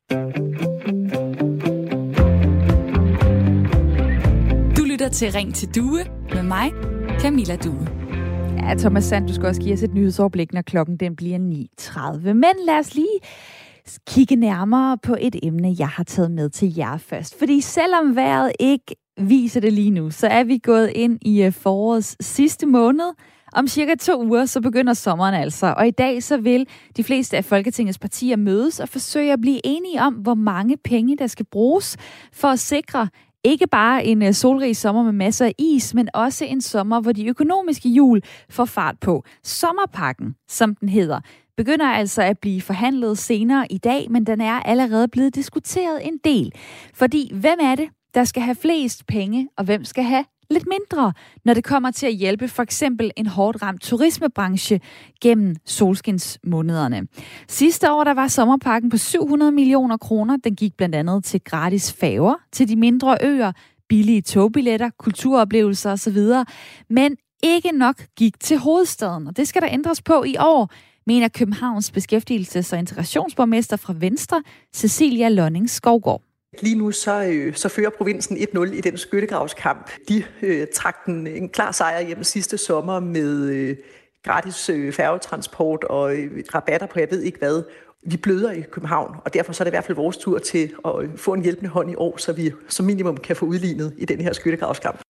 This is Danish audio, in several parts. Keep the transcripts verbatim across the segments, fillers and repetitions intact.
Du lytter til Ring til Due med mig, Camilla Due. Ja, Thomas Sand, du skal også give os et nyhedsoverblik, når klokken den bliver ni tredive. Men lad os lige kigge nærmere på et emne, jeg har taget med til jer først. Fordi selvom vejret ikke viser det lige nu, så er vi gået ind i forårets sidste måned. Om cirka to uger, så begynder sommeren altså. Og i dag så vil de fleste af Folketingets partier mødes og forsøge at blive enige om, hvor mange penge, der skal bruges for at sikre ikke bare en solrig sommer med masser af is, men også en sommer, hvor de økonomiske hjul får fart på. Sommerpakken, som den hedder, begynder altså at blive forhandlet senere i dag, men den er allerede blevet diskuteret en del. Fordi hvem er det, der skal have flest penge, og hvem skal have lidt mindre, når det kommer til at hjælpe for eksempel en hårdt ramt turismebranche gennem solskinsmånederne. Sidste år der var sommerpakken på syv hundrede millioner kroner. Den gik blandt andet til gratis færger til de mindre øer, billige togbilletter, kulturoplevelser osv. Men ikke nok gik til hovedstaden, og det skal der ændres på i år, mener Københavns beskæftigelses- og integrationsborgmester fra Venstre, Cecilia Lonning Skovgaard. Lige nu så, øh, så fører provinsen et nul i den skyttegravskamp. De øh, trak den, en klar sejr hjem sidste sommer med øh, gratis øh, færgetransport og øh, rabatter på jeg ved ikke hvad. Vi bløder i København, og derfor så er det i hvert fald vores tur til at øh, få en hjælpende hånd i år, så vi som minimum kan få udlignet i den her skyttegravskamp.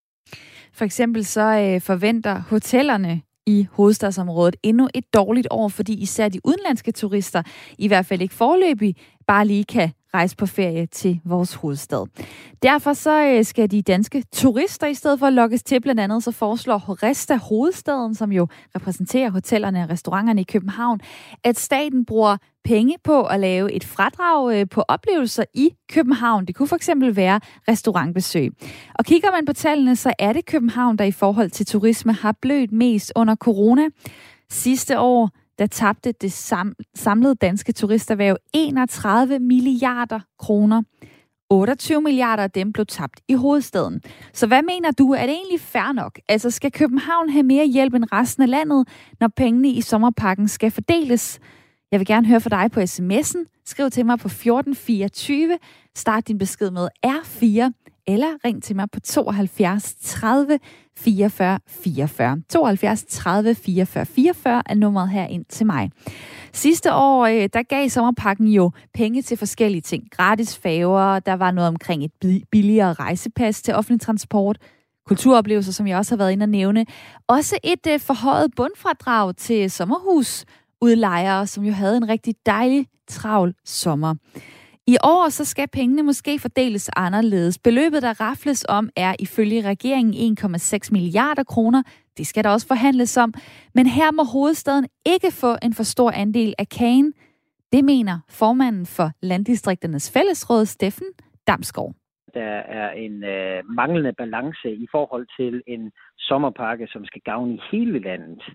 For eksempel så øh, forventer hotellerne i hovedstadsområdet endnu et dårligt år, fordi især de udenlandske turister i hvert fald ikke foreløbig bare lige kan rejse på ferie til vores hovedstad. Derfor så skal de danske turister i stedet for at lokkes til, blandt andet så foreslår Horesta Hovedstaden, som jo repræsenterer hotellerne og restauranterne i København, at staten bruger penge på at lave et fradrag på oplevelser i København. Det kunne for eksempel være restaurantbesøg. Og kigger man på tallene, så er det København, der i forhold til turisme har blødt mest under corona. Sidste år der tabte det sam- samlede danske turisterhverv enogtredive milliarder kroner. otteogtyve milliarder af dem blev tabt i hovedstaden. Så hvad mener du, er det egentlig fair nok? Altså skal København have mere hjælp end resten af landet, når pengene i sommerpakken skal fordeles? Jeg vil gerne høre fra dig på sms'en. Skriv til mig på fjorten fireogtyve. Start din besked med R fire. Eller ring til mig på tooghalvfjerds tredive fireogfyrre fireogfyrre. tooghalvfjerds tredive fireogfyrre fireogfyrre er nummeret her ind til mig. Sidste år, der gav sommerpakken jo penge til forskellige ting. Gratis færger, der var noget omkring et billigere rejsepas til offentlig transport, kulturoplevelser, som jeg også har været inde at nævne. Også et forhøjet bundfradrag til sommerhusudlejere, som jo havde en rigtig dejlig, travl sommer. I år så skal pengene måske fordeles anderledes. Beløbet, der rafles om, er ifølge regeringen en komma seks milliarder kroner. Det skal der også forhandles om. Men her må hovedstaden ikke få en for stor andel af kagen. Det mener formanden for Landdistrikternes Fællesråd, Steffen Damsgaard. Der er en øh, manglende balance i forhold til en sommerpakke, som skal gavne i hele landet.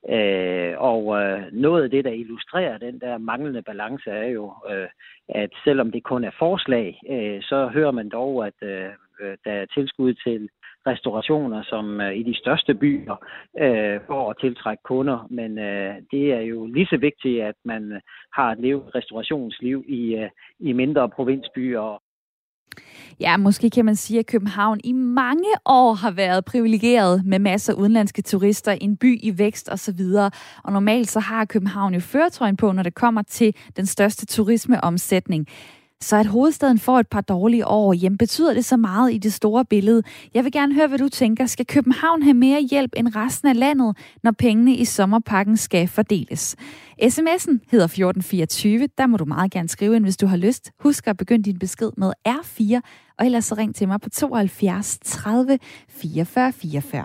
Øh, og øh, noget af det, der illustrerer den der manglende balance, er jo, øh, at selvom det kun er forslag, øh, så hører man dog, at øh, der er tilskud til restaurationer, som øh, i de største byer øh, for at tiltrække kunder. Men øh, det er jo lige så vigtigt, at man har et levet restaurationsliv i, øh, i mindre provinsbyer. Ja, måske kan man sige, at København i mange år har været privilegeret med masser af udenlandske turister, en by i vækst osv. Og normalt så har København jo førertrøjen på, når det kommer til den største turismeomsætning. Så at hovedstaden får et par dårlige år, jamen betyder det så meget i det store billede? Jeg vil gerne høre, hvad du tænker. Skal København have mere hjælp end resten af landet, når pengene i sommerpakken skal fordeles? sms'en hedder fjorten fireogtyve. Der må du meget gerne skrive ind, hvis du har lyst. Husk at begynde din besked med R fire, og ellers så ring til mig på tooghalvfjerds tredive fireogfyrre fireogfyrre.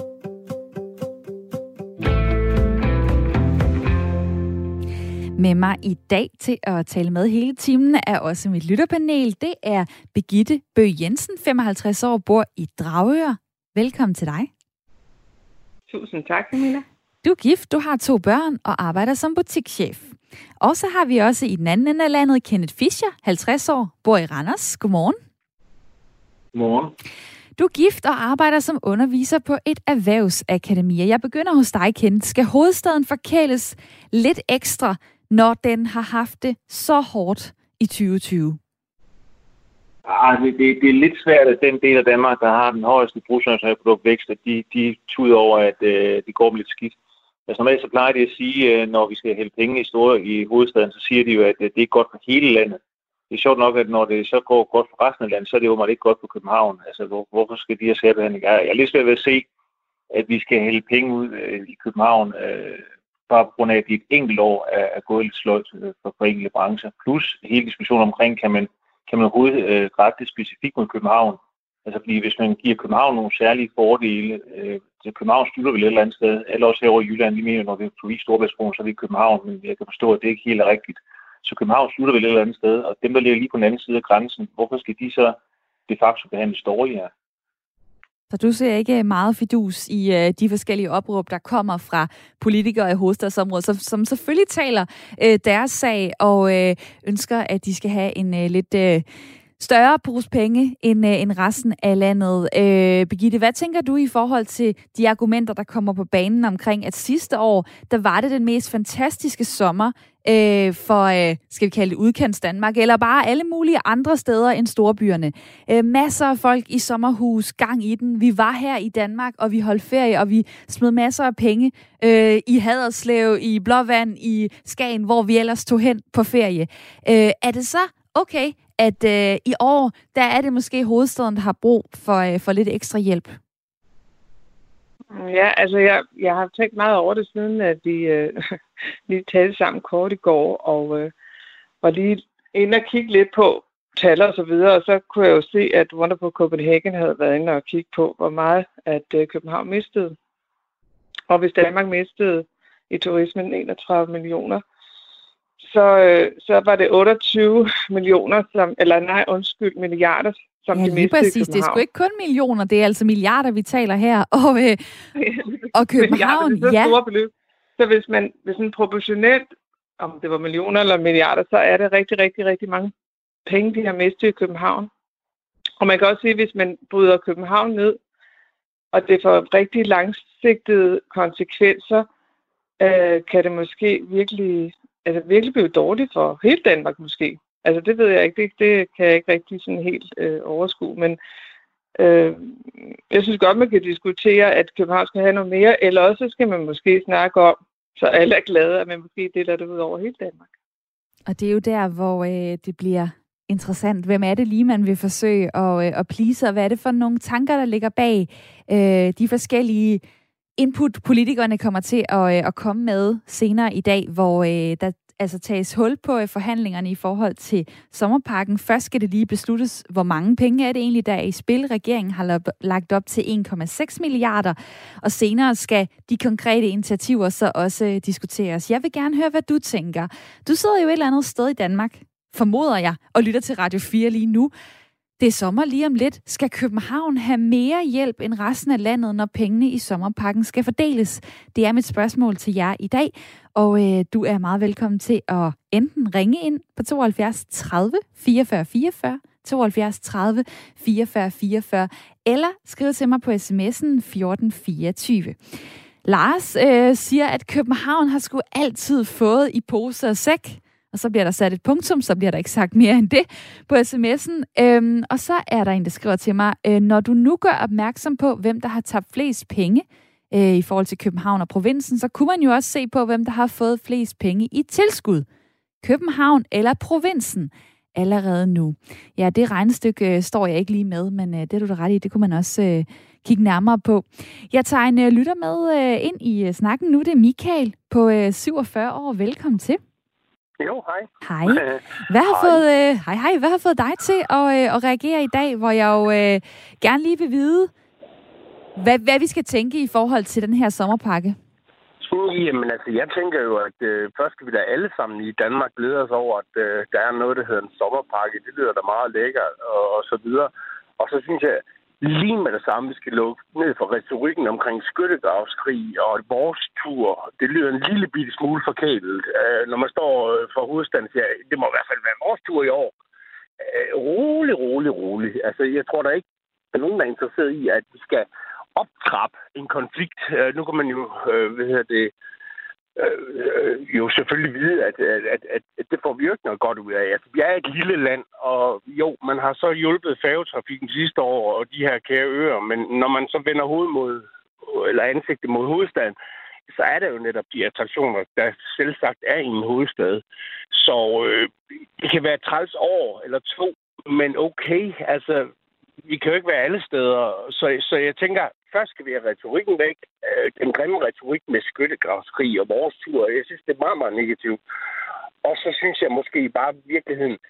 Med mig i dag til at tale med hele timen er også mit lytterpanel. Det er Birgitte Bøgh Jensen, femoghalvtreds år, bor i Dragør. Velkommen til dig. Tusind tak, Camilla. Du er gift, du har to børn og arbejder som butikschef. Og så har vi også i den anden ende af landet Kenneth Fischer, halvtreds år, bor i Randers. Godmorgen. Godmorgen. Du er gift og arbejder som underviser på et erhvervsakademi. Jeg begynder hos dig, Kenneth. Skal hovedstaden forkæles lidt ekstra, når den har haft det så hårdt i tyve tyve? Ah, det, det, det er lidt svært, at den del af Danmark, der har den højeste bruttonationalproduktvækst, at de, de tuder over, at øh, det går dem lidt skidt. Altså normalt så plejer de at sige, når vi skal hælde penge i store i hovedstaden, så siger de jo, at det er godt for hele landet. Det er sjovt nok, at når det så går godt for resten af landet, så er det jo meget ikke godt for København. Altså hvor, hvorfor skal de her særbehandling? Jeg er lidt svært ved at se, at vi skal hælde penge ud øh, i København, øh, bare på grund af, at de et enkelt år er, er gået lidt sløjt øh, for, for enkelte brancher. Plus hele diskussionen omkring, kan man, kan man overhovedet øh, rette det specifikt mod København? Altså fordi hvis man giver København nogle særlige fordele, øh, så København styrer vel et eller andet sted, eller også herovre i Jylland, vi mener, når vi er forbi Storebæltsbroen, så er vi i København, men jeg kan forstå, at det ikke helt er rigtigt. Så København slutter vel et eller andet sted, og dem, der ligger lige på den anden side af grænsen, hvorfor skal de så de facto behandles dårligere? Så du ser ikke meget fidus i uh, de forskellige opråb, der kommer fra politikere i hovedstadsområdet, som, som selvfølgelig taler uh, deres sag og uh, ønsker, at de skal have en uh, lidt uh, større pose penge end, uh, end resten af landet. Uh, Birgitte, hvad tænker du i forhold til de argumenter, der kommer på banen omkring, at sidste år, der var det den mest fantastiske sommer øh, for, øh, skal vi kalde det udkants Danmark, eller bare alle mulige andre steder end storbyerne. Øh, masser af folk i sommerhus, gang i den. Vi var her i Danmark, og vi holdt ferie, og vi smed masser af penge øh, i Haderslev, i Blåvand, i Skagen, hvor vi ellers tog hen på ferie. Øh, er det så okay, at øh, i år, der er det måske hovedstaden, der har brug for, øh, for lidt ekstra hjælp? Ja, altså jeg, jeg har tænkt meget over det, siden at vi øh, lige talte sammen kort i går, og øh, var lige inde og kigge lidt på tal og så videre, og så kunne jeg jo se, at Wonderful Copenhagen havde været inde og kigge på, hvor meget at øh, København mistede. Og hvis Danmark mistede i turismen enogtredive millioner, så, øh, så var det otteogtyve millioner, som, eller nej, undskyld, milliarder, som ja, de lige præcis. Det er sgu ikke kun millioner, det er altså milliarder, vi taler her. Og, øh, og København, det er så ja. store beløb. Så hvis man, hvis man proportionelt, om det var millioner eller milliarder, så er det rigtig, rigtig, rigtig mange penge, de har mistet i København. Og man kan også sige, hvis man bryder København ned, og det får rigtig langsigtede konsekvenser, øh, kan det måske virkelig, altså virkelig blive dårligt for hele Danmark måske. Altså det ved jeg ikke, det, det kan jeg ikke rigtig sådan helt øh, overskue, men øh, jeg synes godt, man kan diskutere, at København skal have noget mere, eller også skal man måske snakke om, så alle er glade, at man måske deler det ud over hele Danmark. Og det er jo der, hvor øh, det bliver interessant. Hvem er det lige, man vil forsøge at, øh, at please, og hvad er det for nogle tanker, der ligger bag øh, de forskellige input, politikerne kommer til at, øh, at komme med senere i dag, hvor øh, der altså tages hul på forhandlingerne i forhold til sommerpakken. Først skal det lige besluttes, hvor mange penge er det egentlig, der er i spil. Regeringen har lagt op til en komma seks milliarder, og senere skal de konkrete initiativer så også diskuteres. Jeg vil gerne høre, hvad du tænker. Du sidder jo et eller andet sted i Danmark, formoder jeg, og lytter til Radio fire lige nu. Det er sommer lige om lidt. Skal København have mere hjælp end resten af landet, når pengene i sommerpakken skal fordeles? Det er mit spørgsmål til jer i dag, og øh, du er meget velkommen til at enten ringe ind på tooghalvfjerds tredive fireogfyrre fireogfyrre, tooghalvfjerds tredive fireogfyrre fireogfyrre, eller skrive til mig på sms'en fjorten fireogtyve. Lars øh, siger, at København har sgu altid fået i pose og sæk. Og så bliver der sat et punktum, så bliver der ikke sagt mere end det på sms'en. Øhm, og så er der en, der skriver til mig, øh, når du nu gør opmærksom på, hvem der har tabt flest penge øh, i forhold til København og provinsen, så kunne man jo også se på, hvem der har fået flest penge i tilskud. København eller provinsen allerede nu. Ja, det regnestykke øh, står jeg ikke lige med, men øh, det er du da ret i, det kunne man også øh, kigge nærmere på. Jeg tager en øh, lytter med øh, ind i øh, snakken nu. Det er Michael på øh, syvogfyrre år. Velkommen til. Jo, hej. Hej. Hvad har, hej. Fået, øh, hej, hej. Hvad har fået dig til at, øh, at reagere i dag, hvor jeg jo øh, gerne lige vil vide, hvad, hvad vi skal tænke i forhold til den her sommerpakke? Jamen altså, jeg tænker jo, at øh, først skal vi da alle sammen i Danmark glæde os over, at øh, der er noget, der hedder en sommerpakke. Det lyder da meget lækkert, og, og så videre. Og så synes jeg, lige med det samme, vi skal lukke ned for retorikken omkring skyttegravskrig og vores tur. Det lyder en lille bitte smule forkælet. Øh, når man står for hovedstaden, siger det må i hvert fald være vores tur i år. Øh, rolig, rolig, rolig. Altså, jeg tror da ikke, at der er nogen, der er interesseret i, at vi skal optrappe en konflikt. Øh, nu kan man jo, øh, hvad hedder det, øh, jo selvfølgelig vide, at, at, at, at, at det får vi jo ikke noget godt ud af. Altså, vi er et lille land, og jo, man har så hjulpet færgetrafikken sidste år, og de her kære øer, men når man så vender hovedet mod, eller ansigtet mod hovedstaden, så er det jo netop de attraktioner, der selvsagt er i en hovedstad. Så øh, det kan være et træls år eller to, men okay, altså, vi kan jo ikke være alle steder. Så, så jeg tænker, først skal vi have retorikken væk. Øh, den grimme retorik med skyttegravskrig og vores tur. Jeg synes, det er meget, meget negativt. Og så synes jeg måske bare i virkeligheden,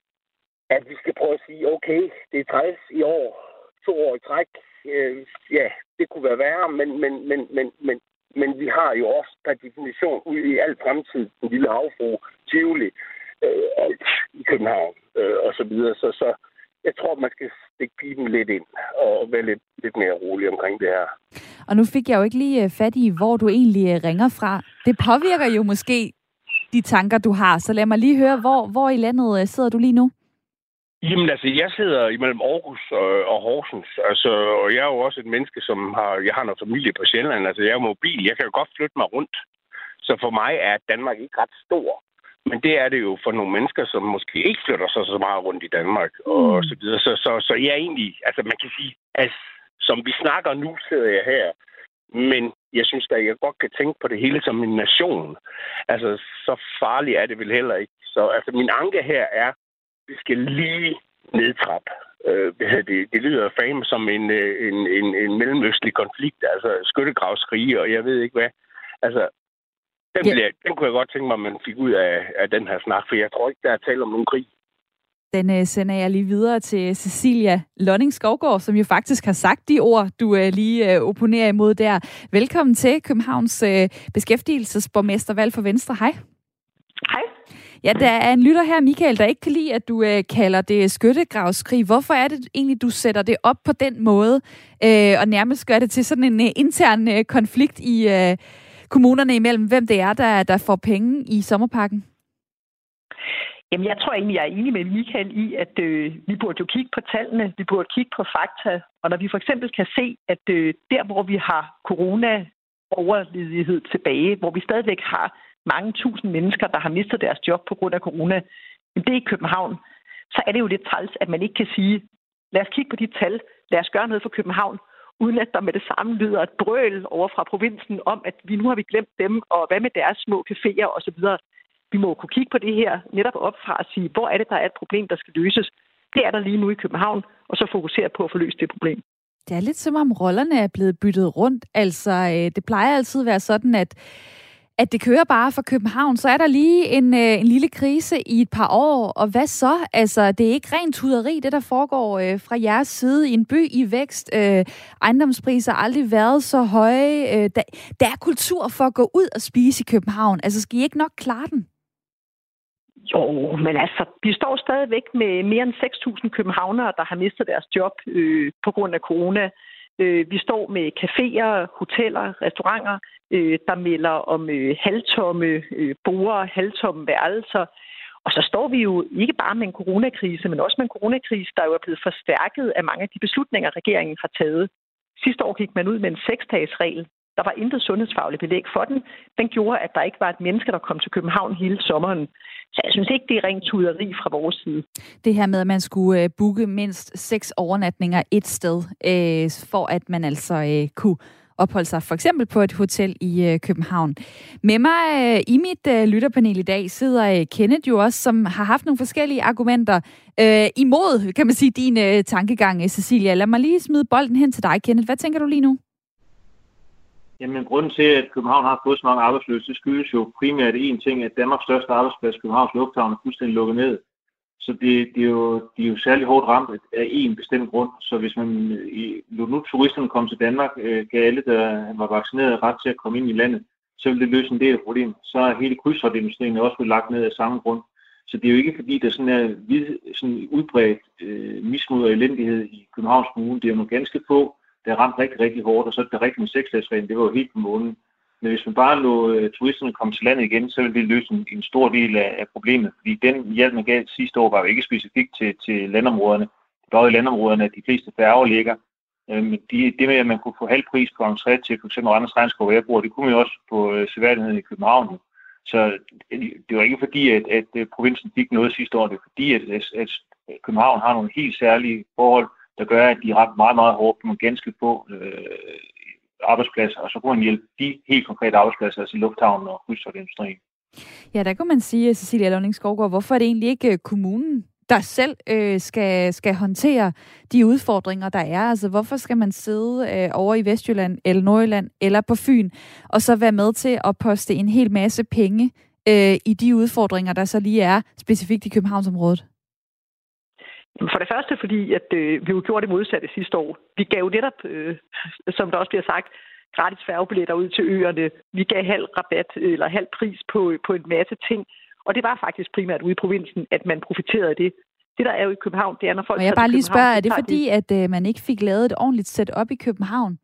at vi skal prøve at sige, okay, det er træls i år, to år i træk. Øh, ja, det kunne være værre, men, men, men, men, men, men vi har jo også per definition ud i al fremtid den lille havfru, Tivoli, øh, alt i København øh, og så videre. Så, så jeg tror, man skal stikke piben lidt ind og være lidt, lidt mere rolig omkring det her. Og nu fik jeg jo ikke lige fat i, hvor du egentlig ringer fra. Det påvirker jo måske de tanker, du har. Så lad mig lige høre, hvor, hvor i landet sidder du lige nu? Jamen altså, jeg sidder imellem Aarhus og, og Horsens. Altså, og jeg er jo også et menneske, som har... Jeg har noget familie på Sjælland. Altså, jeg er mobil. Jeg kan jo godt flytte mig rundt. Så for mig er Danmark ikke ret stor. Men det er det jo for nogle mennesker, som måske ikke flytter sig så meget rundt i Danmark, og så videre. Så, så, så jeg er egentlig, altså man kan sige, at som vi snakker nu, sidder jeg her, men jeg synes at jeg godt kan tænke på det hele som en nation. Altså, så farligt er det vel heller ikke. Så altså, min anke her er, vi skal lige nedtrappe. Øh, det, det lyder fame som en, en, en, en mellemøstlig konflikt, altså skyttegravskrige, og jeg ved ikke hvad. Altså, Den, ja. bliver, den kunne jeg godt tænke mig, at man fik ud af, af den her snak, for jeg tror ikke, der er tale om nogen krig. Den uh, sender jeg lige videre til Cecilia Lonning Skovgaard, som jo faktisk har sagt de ord, du uh, lige uh, opponerer imod der. Velkommen til Københavns uh, beskæftigelsesborgmestervalg for Venstre. Hej. Hej. Ja, der er en lytter her, Michael, der ikke kan lide, at du uh, kalder det skyttegravskrig. Hvorfor er det egentlig, du sætter det op på den måde, uh, og nærmest gør det til sådan en uh, intern uh, konflikt i... Uh, kommunerne imellem, hvem det er, der, der får penge i sommerpakken? Jamen, jeg tror egentlig, jeg er enig med Michael i, at øh, vi burde jo kigge på tallene, vi burde kigge på fakta, og når vi for eksempel kan se, at øh, der, hvor vi har corona-overledighed tilbage, hvor vi stadigvæk har mange tusind mennesker, der har mistet deres job på grund af corona, men det er i København, så er det jo lidt træls, at man ikke kan sige, lad os kigge på de tal, lad os gøre noget for København, uden at der med det samme lyder et brøl over fra provinsen om, at vi nu har vi glemt dem, og hvad med deres små caféer osv. Vi må kunne kigge på det her netop op fra at sige, hvor er det, der er et problem, der skal løses. Det er der lige nu i København, og så fokusere på at få løst det problem. Det er lidt som om rollerne er blevet byttet rundt. Altså, det plejer altid at være sådan, at at det kører bare fra København, så er der lige en, øh, en lille krise i et par år, og hvad så? Altså, det er ikke rent tuderi, det der foregår øh, fra jeres side i en by i vækst. Øh, ejendomspriser har aldrig været så høje. Øh, der, der er kultur for at gå ud og spise i København. Altså, skal I ikke nok klare den? Jo, men altså, vi står stadigvæk med mere end seks tusind københavnere, der har mistet deres job øh, på grund af corona. Vi står med caféer, hoteller, restauranter, der melder om halvtomme borde, halvtomme værelser. Og så står vi jo ikke bare med en coronakrise, men også med en coronakrise, der jo er blevet forstærket af mange af de beslutninger, regeringen har taget. Sidste år gik man ud med en seksdagesregel. Der var intet sundhedsfagligt belæg for den. Den gjorde, at der ikke var et menneske, der kom til København hele sommeren. Så jeg synes ikke, det er rent tuderi fra vores side. Det her med, at man skulle uh, booke mindst seks overnatninger et sted, øh, for at man altså øh, kunne opholde sig for eksempel på et hotel i øh, København. Med mig øh, i mit øh, lytterpanel i dag sidder øh, Kenneth jo også, som har haft nogle forskellige argumenter øh, imod, kan man sige, din øh, tankegang, Cecilia. Lad mig lige smide bolden hen til dig, Kenneth. Hvad tænker du lige nu? Jamen, grunden til, at København har fået så mange arbejdsløse, det skyldes jo primært en ting, at Danmarks største arbejdsplads, Københavns Lufthavn, er fuldstændig lukket ned. Så det, det er jo, de er jo særlig hårdt ramt af en bestemt grund. Så hvis man nu turisterne kom til Danmark, gav alle, der var vaccineret, ret til at komme ind i landet, så vil det løse en del af problemet. Så er hele krydstogtindustrien også blevet lagt ned af samme grund. Så det er jo ikke fordi, der sådan er vid, sådan udbredt øh, mismod og elendighed i Københavns Kommune. Det er jo nogle ganske få, der er ramt rigtig, rigtig hårdt, og så er det rigtigt med seksdagesreglen, det var jo helt på månen. Men hvis man bare lå øh, turisterne komme til landet igen, så ville det løse en, en stor del af, af problemet. Fordi den hjælp, man gav sidste år, var jo ikke specifikt til, til landområderne. Det var jo i landområderne, at de fleste færger ligger. Men de, det med, at man kunne få halv pris på entré til for eksempel Randers Regnskov, jeg bor, det kunne man jo også på øh, seværdigheden i København. Så det var ikke fordi, at, at, at provinsen fik noget sidste år. Det er fordi, at, at, at København har nogle helt særlige forhold, der gør, at de har meget, meget hårdt på nogle ganske få øh, arbejdspladser. Og så kunne man hjælpe de helt konkrete arbejdspladser, altså lufthavnen og krydstogtindustrien. Ja, der kunne man sige, Cecilia Lonning Skovgaard, hvorfor er det egentlig ikke kommunen, der selv øh, skal, skal håndtere de udfordringer, der er? Altså, hvorfor skal man sidde øh, over i Vestjylland, eller Nordjylland, eller på Fyn, og så være med til at poste en hel masse penge øh, i de udfordringer, der så lige er specifikt i Københavnsområdet? For det første, fordi at, øh, vi jo gjorde det modsatte sidste år. Vi gav jo netop, øh, som der også bliver sagt, gratis færgebilletter ud til øerne. Vi gav halv rabat eller halv pris på, på en masse ting. Og det var faktisk primært ude i provinsen, at man profiterede af det. Det, der er jo i København, det er, når folk... Og jeg bare lige spørger, er det fordi, at øh, man ikke fik lavet et ordentligt setup i København?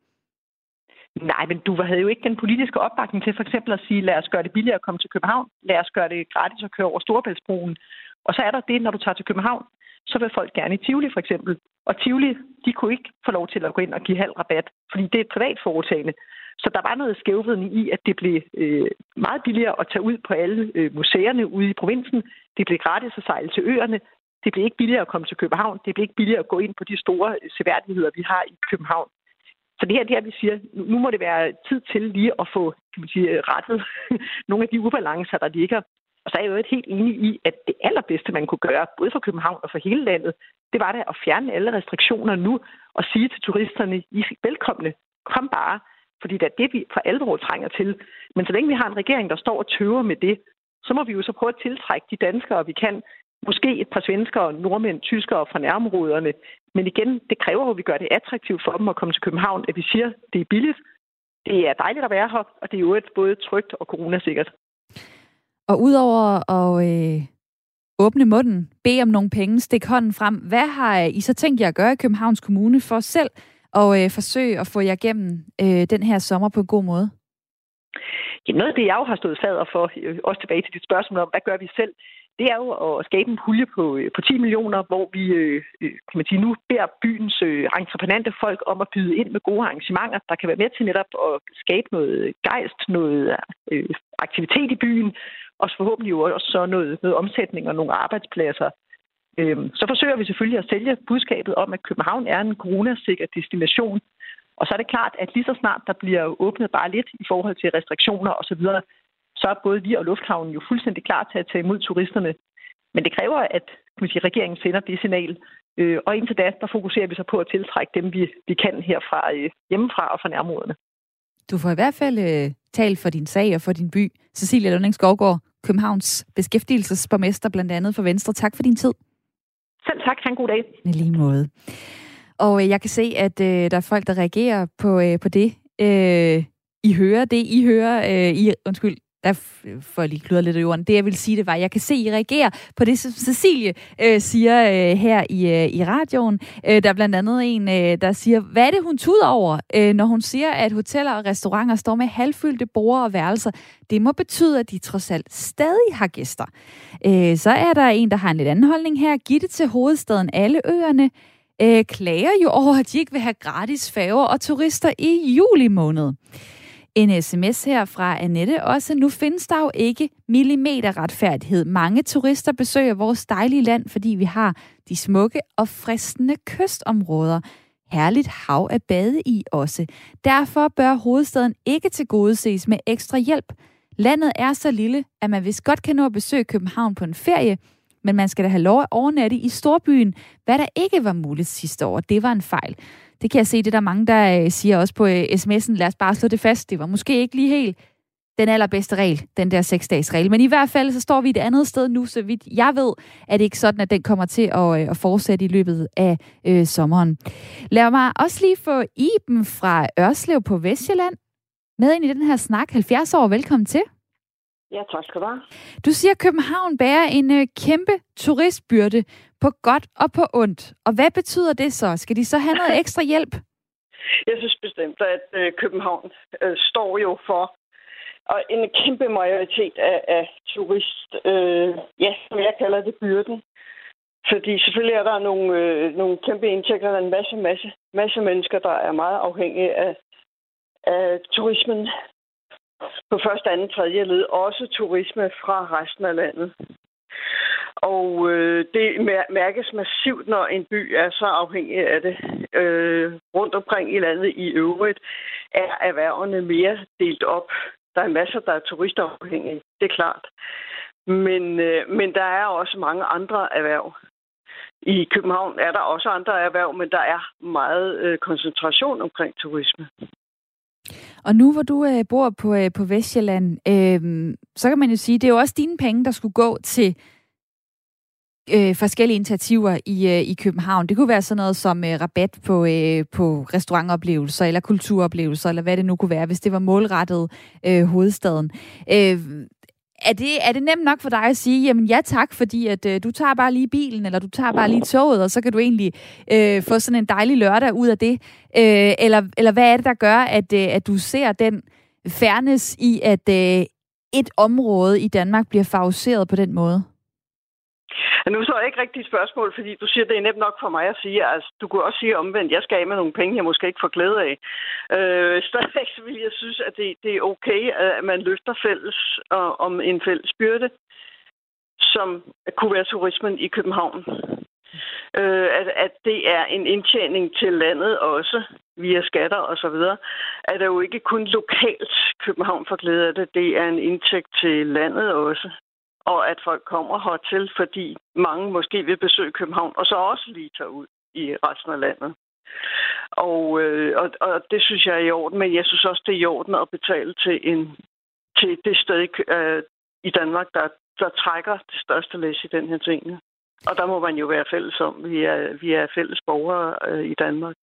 Nej, men du havde jo ikke den politiske opbakning til for eksempel at sige, lad os gøre det billigere at komme til København. Lad os gøre det gratis at køre over Storebæltsbroen. Og så er der det, når du tager til København, så vil folk gerne i Tivoli for eksempel. Og Tivoli, de kunne ikke få lov til at gå ind og give halv rabat, fordi det er et privat foretagende. Så der var noget skævvridning i, at det blev øh, meget billigere at tage ud på alle øh, museerne ude i provinsen. Det blev gratis at sejle til øerne. Det blev ikke billigere at komme til København. Det blev ikke billigere at gå ind på de store seværdigheder, vi har i København. Så det her, det her, vi siger, nu må det være tid til lige at få, kan man sige, rettet nogle af de ubalancer, der ligger. Og så er jeg jo helt enig i, at det allerbedste, man kunne gøre, både for København og for hele landet, det var da at fjerne alle restriktioner nu og sige til turisterne, I er velkomne, kom bare, fordi det er det, vi for alvor trænger til. Men så længe vi har en regering, der står og tøver med det, så må vi jo så prøve at tiltrække de danskere, vi kan. Måske et par svenskere, nordmænd, tyskere fra nærområderne. Men igen, det kræver, at vi gør det attraktivt for dem at komme til København, at vi siger, at det er billigt. Det er dejligt at være her, og det er jo et både trygt og coronasikkert. Og udover at øh, åbne munden, bede om nogle penge, stik hånden frem, hvad har I så tænkt jer at gøre i Københavns Kommune for selv at øh, forsøge at få jer igennem øh, den her sommer på en god måde? Jamen noget af det, jeg jo har stået fader for, øh, også tilbage til dit spørgsmål om, hvad gør vi selv, det er jo at skabe en pulje på, på ti millioner, hvor vi øh, kan man sige, nu beder byens øh, entreprenante folk om at byde ind med gode arrangementer, der kan være med til netop at skabe noget gejst, noget øh, aktivitet i byen, og forhåbentlig jo også så noget, noget omsætning og nogle arbejdspladser. Øhm, så forsøger vi selvfølgelig at sælge budskabet om, at København er en coronasikker destination. Og så er det klart, at lige så snart der bliver åbnet bare lidt i forhold til restriktioner osv., så er både vi og lufthavnen jo fuldstændig klar til at tage imod turisterne. Men det kræver, at kan man sige, regeringen sender det signal. Øh, og indtil da, der fokuserer vi så på at tiltrække dem, vi, vi kan herfra øh, hjemmefra og fra nærområderne. Du får i hvert fald øh, talt for din sag og for din by. Cecilia Lonning Skovgaard, Københavns beskæftigelsesborgmester blandt andet for Venstre. Tak for din tid. Selv tak. Ha' en god dag. I lige måde. Og øh, jeg kan se, at øh, der er folk, der reagerer på, øh, på det. Øh, I hører det, I hører. Øh, I, undskyld, der får jeg lige kludret lidt af jorden. Det, jeg vil sige, det var, at jeg kan se, at I reagerer på det, som Cecilie øh, siger øh, her i, øh, i radioen. Øh, der er blandt andet en, øh, der siger, hvad er det, hun tuder over, øh, når hun siger, at hoteller og restauranter står med halvfyldte borde og værelser. Det må betyde, at de trods alt stadig har gæster. Øh, så er der en, der har en lidt anden holdning her. Giv det til hovedstaden. Alle øerne øh, klager jo over, at de ikke vil have gratis færger og turister i juli måned. En sms her fra Annette også. Nu findes der jo ikke millimeterretfærdighed. Mange turister besøger vores dejlige land, fordi vi har de smukke og fristende kystområder. Herligt hav at bade i også. Derfor bør hovedstaden ikke tilgodeses med ekstra hjælp. Landet er så lille, at man vist godt kan nå at besøge København på en ferie, men man skal da have lov at overnatte i storbyen, hvad der ikke var muligt sidste år. Det var en fejl. Det kan jeg se, det er der mange, der siger også på sms'en, lad os bare slå det fast. Det var måske ikke lige helt den allerbedste regel, den der seks-dages regel. Men i hvert fald, så står vi et andet sted nu, så vidt jeg ved, at det ikke sådan, at den kommer til at, at fortsætte i løbet af øh, sommeren. Lad mig også lige få Iben fra Ørslev på Vestjylland med ind i den her snak. halvfjerds år, velkommen til. Ja, tak skal du have. Du siger, at København bærer en øh, kæmpe turistbyrde på godt og på ondt. Og hvad betyder det så? Skal de så have noget ekstra hjælp? Jeg synes bestemt, at øh, København øh, står jo for og en kæmpe majoritet af, af turist, øh, ja, som jeg kalder det, byrden. Fordi selvfølgelig er der nogle, øh, nogle kæmpe indtægter, der er en masse, masse masse mennesker, der er meget afhængige af, af turismen på første, anden, tredje led. Også turisme fra resten af landet. Og øh, det mærkes massivt, når en by er så afhængig af det. Øh, rundt omkring i landet i øvrigt er erhvervene mere delt op. Der er masser, der er turistafhængige, det er klart. Men, øh, men der er også mange andre erhverv. I København er der også andre erhverv, men der er meget øh, koncentration omkring turisme. Og nu hvor du øh, bor på, øh, på Vestsjælland, øh, så kan man jo sige, det er jo også dine penge, der skulle gå til øh, forskellige initiativer i, øh, i København. Det kunne være sådan noget som øh, rabat på, øh, på restaurantoplevelser eller kulturoplevelser, eller hvad det nu kunne være, hvis det var målrettet øh, hovedstaden. Øh, Er det, er det nemt nok for dig at sige, jamen ja tak, fordi at øh, du tager bare lige bilen, eller du tager bare lige toget, og så kan du egentlig øh, få sådan en dejlig lørdag ud af det? Øh, eller, eller hvad er det, der gør, at, øh, at du ser den fairness i, at øh, et område i Danmark bliver favoriseret på den måde? Nu så er ikke rigtigt spørgsmål, fordi du siger, det er nemt nok for mig at sige. Altså, du kunne også sige omvendt, jeg skal af med nogle penge, jeg måske ikke får glæde af. Øh, stadigvæk vil jeg synes, at det, det er okay, at man løfter fælles og, om en fælles byrde, som kunne være turismen i København. Øh, at, at det er en indtjening til landet også, via skatter og så videre. At det jo ikke kun lokalt København får glæde af det, det er en indtægt til landet også. Og at folk kommer hertil, fordi mange måske vil besøge København, og så også lige tager ud i resten af landet. Og, øh, og, og det synes jeg er i orden, men jeg synes også, det er i orden at betale til, en, til det sted øh, i Danmark, der, der trækker det største læs i den her ting. Og der må man jo være fælles om. Vi er, vi er fælles borgere øh, i Danmark.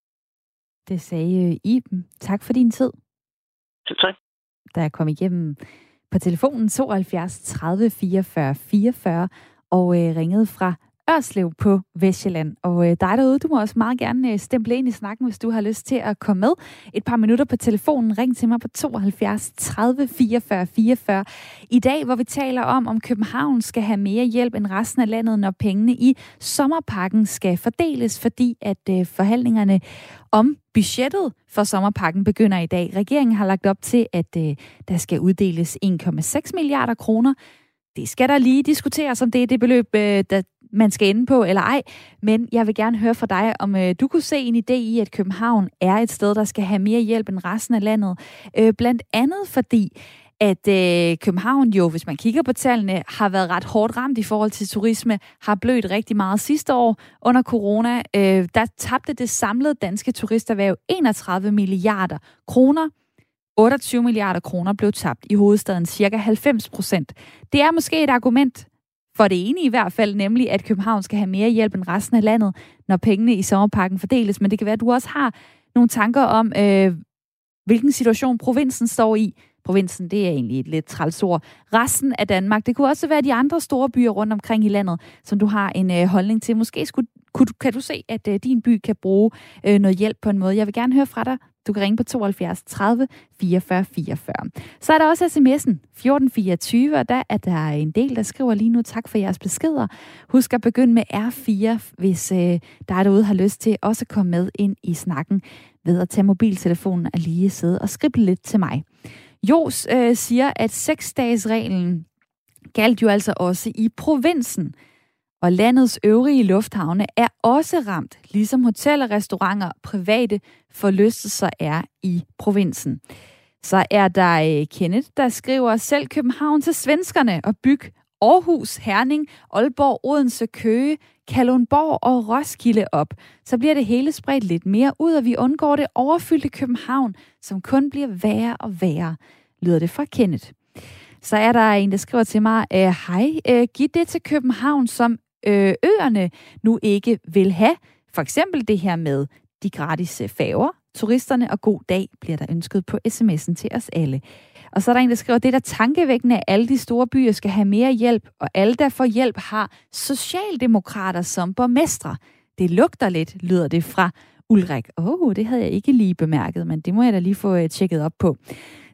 Det sagde Iben. Tak for din tid. Selv tak. Der er kommet igennem på telefonen tooghalvfjerds tredive fireogfyrre fireogfyrre og øh, ringede fra Ørslev på Vestsjælland. Og øh, dig derude, du må også meget gerne øh, stemple ind i snakken, hvis du har lyst til at komme med. Et par minutter på telefonen. Ring til mig på tooghalvfjerds tredive fireogfyrre fireogfyrre. I dag, hvor vi taler om, om København skal have mere hjælp end resten af landet, når pengene i sommerpakken skal fordeles, fordi at øh, forhandlingerne om budgettet for sommerpakken begynder i dag. Regeringen har lagt op til, at øh, der skal uddeles en komma seks milliarder kroner. Det skal der lige diskuteres, om det er det beløb, øh, der man skal ende på eller ej. Men jeg vil gerne høre fra dig, om øh, du kunne se en idé i, at København er et sted, der skal have mere hjælp end resten af landet. Øh, blandt andet fordi, at øh, København jo, hvis man kigger på tallene, har været ret hårdt ramt i forhold til turisme, har blødt rigtig meget sidste år under corona. Øh, der tabte det samlede danske turisterhverv enogtredive milliarder kroner. otteogtyve milliarder kroner blev tabt i hovedstaden, cirka halvfems procent. Det er måske et argument for det ene i hvert fald, nemlig at København skal have mere hjælp end resten af landet, når pengene i sommerpakken fordeles. Men det kan være, at du også har nogle tanker om, øh, hvilken situation provinsen står i. Provinsen, det er egentlig et lidt træls ord. Resten af Danmark, det kunne også være de andre store byer rundt omkring i landet, som du har en øh, holdning til. Måske skulle, kunne, kan du se, at øh, din by kan bruge øh, noget hjælp på en måde. Jeg vil gerne høre fra dig. Du kan ringe på tooghalvfjerds tredive fireogfyrre fireogfyrre. Så er der også sms'en fjorten fireogtyve, og der er der en del, der skriver lige nu, tak for jeres beskeder. Husk at begynde med R fire, hvis øh, dig derude har lyst til også at komme med ind i snakken ved at tage mobiltelefonen og lige sidde og skrible lidt til mig. Jos øh, siger, at seksdagesreglen galt jo altså også i provinsen. Og landets øvrige lufthavne er også ramt, ligesom hoteller, restauranter og private forlystelser er i provinsen. Så er der Kenneth, der skriver, selv København til svenskerne og byg Aarhus, Herning, Aalborg, Odense, Køge, Kalundborg og Roskilde op. Så bliver det hele spredt lidt mere ud, og vi undgår det overfyldte København, som kun bliver værre og værre, lyder det fra Kenneth. Så er der en, der skriver til mig, hej, giv det til København, som øh, øerne nu ikke vil have. For eksempel det her med de gratis færger, turisterne og god dag, bliver der ønsket på sms'en til os alle. Og så er der en, der skriver, det der tankevækkende, at alle de store byer skal have mere hjælp, og alle, der får hjælp, har socialdemokrater som borgmestre. Det lugter lidt, lyder det fra Ulrik. Åh, oh, det havde jeg ikke lige bemærket, men det må jeg da lige få tjekket op på.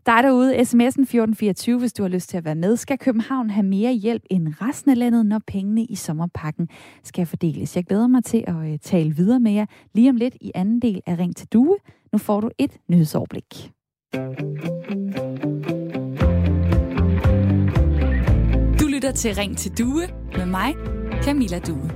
Dig derude, sms'en fjorten fireogtyve, hvis du har lyst til at være med. Skal København have mere hjælp end resten af landet, når pengene i sommerpakken skal fordeles? Jeg glæder mig til at uh, tale videre med jer lige om lidt i anden del af Ring til Due. Nu får du et nyhedsoverblik. Du lytter til Ring til Due med mig, Camilla Due.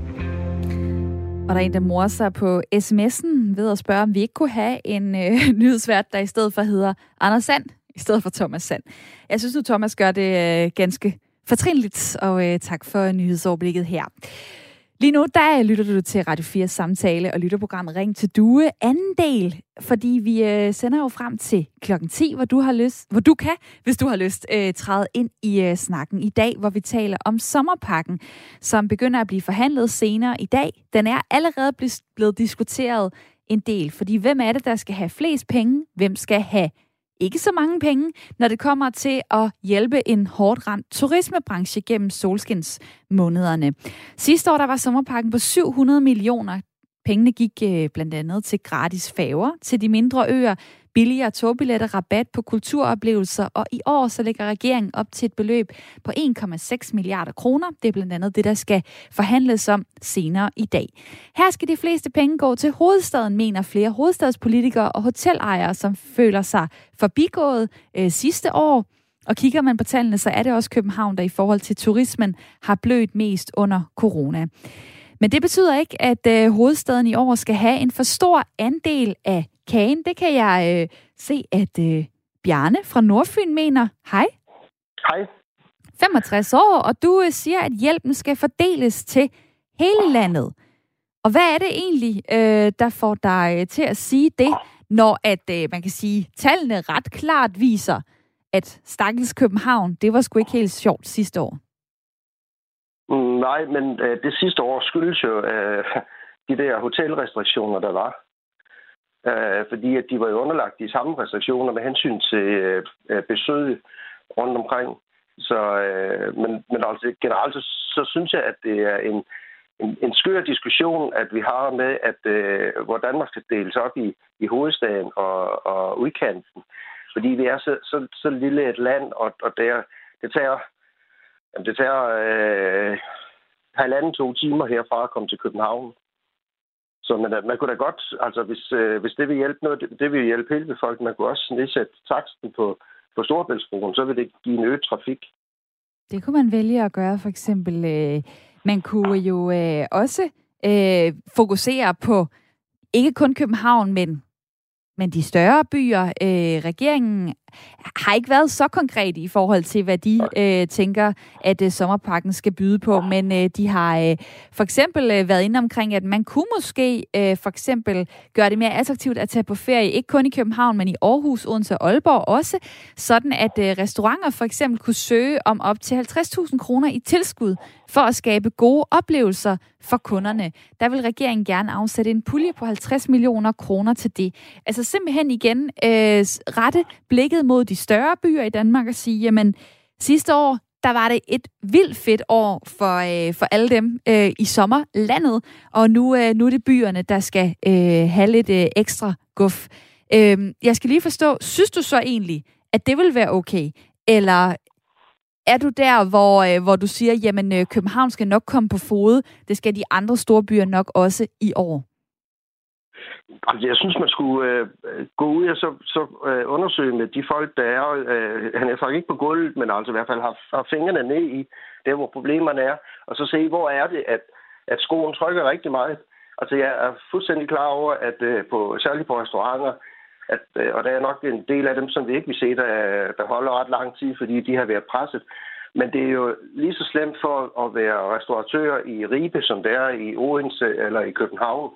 Og der er en, der morer sig på sms'en ved at spørge, om vi ikke kunne have en øh, nyhedsvært, der i stedet for hedder Anders Sand, i stedet for Thomas Sand. Jeg synes nu, Thomas gør det øh, ganske fortrinligt, og øh, tak for nyhedsoverblikket her. Lige nu, der lytter du til Radio fires samtale og lytterprogrammet Ring til Due, anden del, fordi vi øh, sender jo frem til klokken ti, hvor du har lyst, hvor du kan, hvis du har lyst, øh, træde ind i øh, snakken i dag, hvor vi taler om sommerpakken, som begynder at blive forhandlet senere i dag. Den er allerede blevet diskuteret en del, fordi hvem er det, der skal have flest penge? Hvem skal have ikke så mange penge, når det kommer til at hjælpe en hårdt ramt turismebranche gennem solskinsmånederne. Sidste år der var sommerpakken på syv hundrede millioner. Pengene gik øh, blandt andet til gratis færger til de mindre øer, billigere togbilletter, rabat på kulturoplevelser, og i år så lægger regeringen op til et beløb på en komma seks milliarder kroner. Det er blandt andet det, der skal forhandles om senere i dag. Her skal de fleste penge gå til hovedstaden, mener flere hovedstadspolitikere og hotelejere, som føler sig forbigået øh, sidste år. Og kigger man på tallene, så er det også København, der i forhold til turismen har blødt mest under corona. Men det betyder ikke, at øh, hovedstaden i år skal have en for stor andel af kagen. Det kan jeg øh, se, at øh, Bjarne fra Nordfyn mener. Hej. Hej. femogtres år, og du øh, siger, at hjælpen skal fordeles til hele landet. Og hvad er det egentlig, øh, der får dig øh, til at sige det, når at øh, man kan sige, tallene ret klart viser, at stakkels København, det var sgu ikke helt sjovt sidste år? Nej, men øh, det sidste år skyldes jo øh, de der hotelrestriktioner, der var. Øh, fordi at de var jo underlagt de samme restriktioner med hensyn til øh, besøg rundt omkring. Så, øh, men, men altså generelt, så, så synes jeg, at det er en, en, en skør diskussion, at vi har med, at øh, hvor Danmark skal deles op i, i hovedstaden og, og udkanten. Fordi vi er så, så, så lille et land, og, og der, det tager... Jamen, det tager øh, halvanden to timer herfra at komme til København. Så man, man kunne da godt, altså hvis, øh, hvis det vil hjælpe noget, det, det vil hjælpe hele befolkningen. Man kunne også nedsætte taksten på, på Storebæltsbroen, så vil det give en øget trafik. Det kunne man vælge at gøre, for eksempel. Øh, man kunne jo øh, også øh, fokusere på ikke kun København, men Men de større byer, øh, regeringen har ikke været så konkret i forhold til, hvad de øh, tænker, at øh, sommerpakken skal byde på. Men øh, de har øh, for eksempel øh, været inde omkring, at man kunne måske øh, for eksempel gøre det mere attraktivt at tage på ferie, ikke kun i København, men i Aarhus, Odense og Aalborg også. Sådan at øh, restauranter for eksempel kunne søge om op til halvtreds tusind kroner i tilskud for at skabe gode oplevelser for kunderne. Der vil regeringen gerne afsætte en pulje på halvtreds millioner kroner til det. Altså simpelthen igen øh, rette blikket mod de større byer i Danmark og sige, jamen sidste år, der var det et vildt fedt år for, øh, for alle dem øh, i sommerlandet, og nu, øh, nu er det byerne, der skal øh, have lidt øh, ekstra guf. Øh, jeg skal lige forstå, synes du så egentlig, at det vil være okay? Eller er du der, hvor, øh, hvor du siger, jamen øh, København skal nok komme på fode, det skal de andre store byer nok også i år? Altså, jeg synes, man skulle øh, gå ud og så, så øh, undersøge med de folk, der er, øh, han er faktisk ikke på gulvet, men altså i hvert fald har, har fingrene ned i, der hvor problemerne er, og så se, hvor er det, at, at skoen trykker rigtig meget. Altså, jeg er fuldstændig klar over, at øh, på, særligt på restauranter, at, øh, og der er nok en del af dem, som vi ikke vil se, der, der holder ret lang tid, fordi de har været presset. Men det er jo lige så slemt for at være restauratør i Ribe, som det er i Odense eller i København.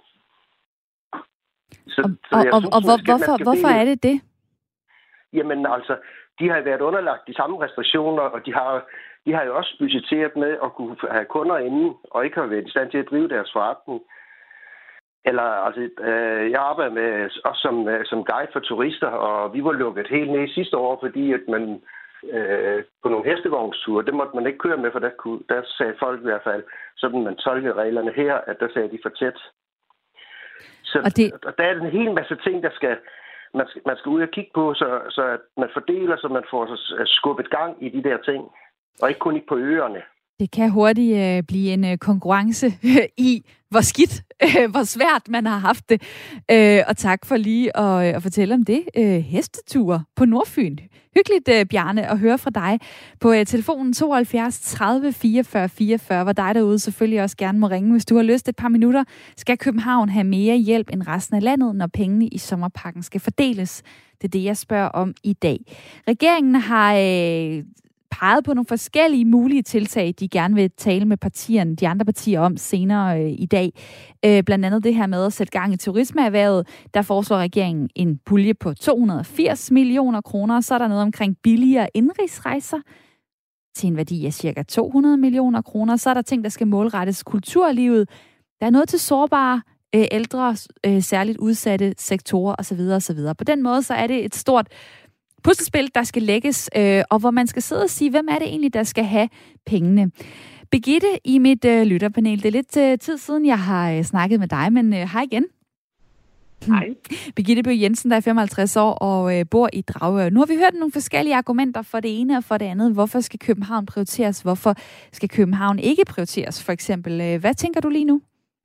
Så, og så jeg og, synes, og hvor, skal, hvorfor, hvorfor er det det? Jamen altså, de har været underlagt de samme restriktioner, og de har, de har jo også budgetteret med at kunne have kunder inde, og ikke har været i stand til at drive deres forretning. Eller altså, øh, jeg arbejder med, også som, som guide for turister, og vi var lukket helt ned sidste år, fordi at man øh, på nogle hestevognsture, det måtte man ikke køre med, for der, kunne, der sagde folk i hvert fald, sådan man tolkede reglerne her, at der sagde de for tæt. Så og det... og der er en hel masse ting, der skal, man, skal, man skal ud og kigge på, så, så at man fordeler, så man får skubbet gang i de der ting, og ikke kun ikke på øerne. Det kan hurtigt øh, blive en øh, konkurrence øh, i, hvor skidt, øh, hvor svært man har haft det. Øh, og tak for lige at, øh, at fortælle om det. Øh, hesteture på Nordfyn. Hyggeligt, øh, Bjarne, at høre fra dig på øh, telefonen tooghalvfjerds tredive fireogfyrre fireogfyrre, hvor dig derude selvfølgelig også gerne må ringe, hvis du har lyst et par minutter. Skal København have mere hjælp end resten af landet, når pengene i sommerpakken skal fordeles? Det er det, jeg spørger om i dag. Regeringen har Øh, peget på nogle forskellige mulige tiltag, de gerne vil tale med partierne, de andre partier om senere øh, i dag. Øh, blandt andet det her med at sætte gang i turismeerhvervet. Der foreslår regeringen en pulje på to hundrede og firs millioner kroner. Så er der noget omkring billigere indrigsrejser til en værdi af cirka to hundrede millioner kroner. Så er der ting, der skal målrettes kulturlivet. Der er noget til sårbare øh, ældre, øh, særligt udsatte sektorer osv. osv. På den måde så er det et stort puslespil, der skal lægges, øh, og hvor man skal sidde og sige, hvem er det egentlig, der skal have pengene. Birgitte i mit øh, lytterpanel, det er lidt øh, tid siden, jeg har øh, snakket med dig, men øh, hej igen. Hej. Birgitte Bøgh Jensen, der er femoghalvtreds år og øh, bor i Dragør. Nu har vi hørt nogle forskellige argumenter for det ene og for det andet. Hvorfor skal København prioriteres? Hvorfor skal København ikke prioriteres, for eksempel? Hvad tænker du lige nu?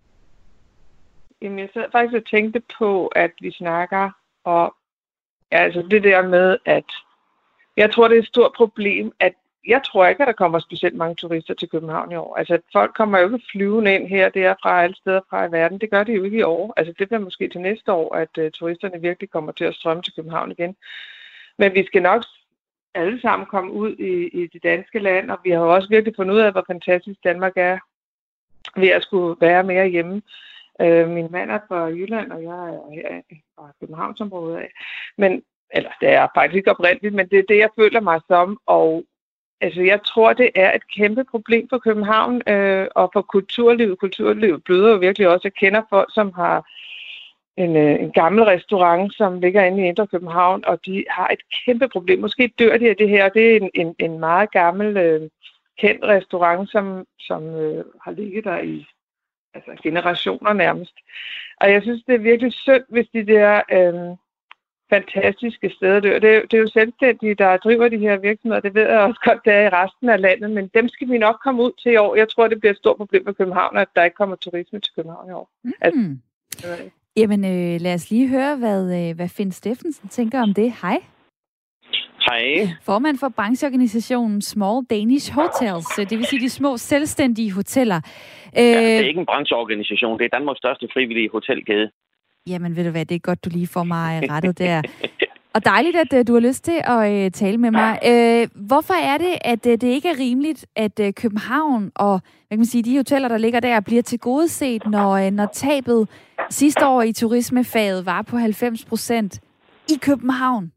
Jamen, jeg sad faktisk og tænkte på, at vi snakker og ja, altså det der med, at jeg tror, det er et stort problem, at jeg tror ikke, at der kommer specielt mange turister til København i år. Altså, folk kommer jo ikke flyvende ind her, der fra alle steder fra i verden. Det gør de jo ikke i år. Altså, det bliver måske til næste år, at uh, turisterne virkelig kommer til at strømme til København igen. Men vi skal nok alle sammen komme ud i, i det danske land, og vi har jo også virkelig fundet ud af, hvor fantastisk Danmark er ved at skulle være mere hjemme. Øh, min mand er fra Jylland, og jeg er her fra Københavnsområdet af. Men, eller det er faktisk ikke oprindeligt, men det er det, jeg føler mig som. Og altså, jeg tror, det er et kæmpe problem for København øh, og for kulturlivet. Kulturlivet bløder jo virkelig også. Jeg kender folk, som har en, øh, en gammel restaurant, som ligger inde i Indre København, og de har et kæmpe problem. Måske dør de af det her. Det er en, en, en meget gammel, øh, kendt restaurant, som, som øh, har ligget der i altså generationer nærmest. Og jeg synes, det er virkelig synd, hvis de der øh, fantastiske steder dør. Det er, det er jo selvstændige, der driver de her virksomheder. Det ved jeg også godt, det er i resten af landet, men dem skal vi nok komme ud til i år. Jeg tror, det bliver et stort problem for København, at der ikke kommer turisme til København i år. Mm. Altså, Jamen, øh, lad os lige høre, hvad, øh, hvad Finn Steffensen tænker om det. Hej. Hej. Formand for brancheorganisationen Small Danish Hotels, det vil sige de små selvstændige hoteller. Ja, det er ikke en brancheorganisation, det er Danmarks største frivillige hotelkæde. Jamen ved du hvad, det er godt, du lige får mig rettet der. Og dejligt, at uh, du har lyst til at uh, tale med mig. Uh, hvorfor er det, at uh, det ikke er rimeligt, at uh, København og hvad kan man sige, de hoteller, der ligger der, bliver tilgodeset, når, uh, når tabet sidste år i turismefaget var på halvfems procent i København?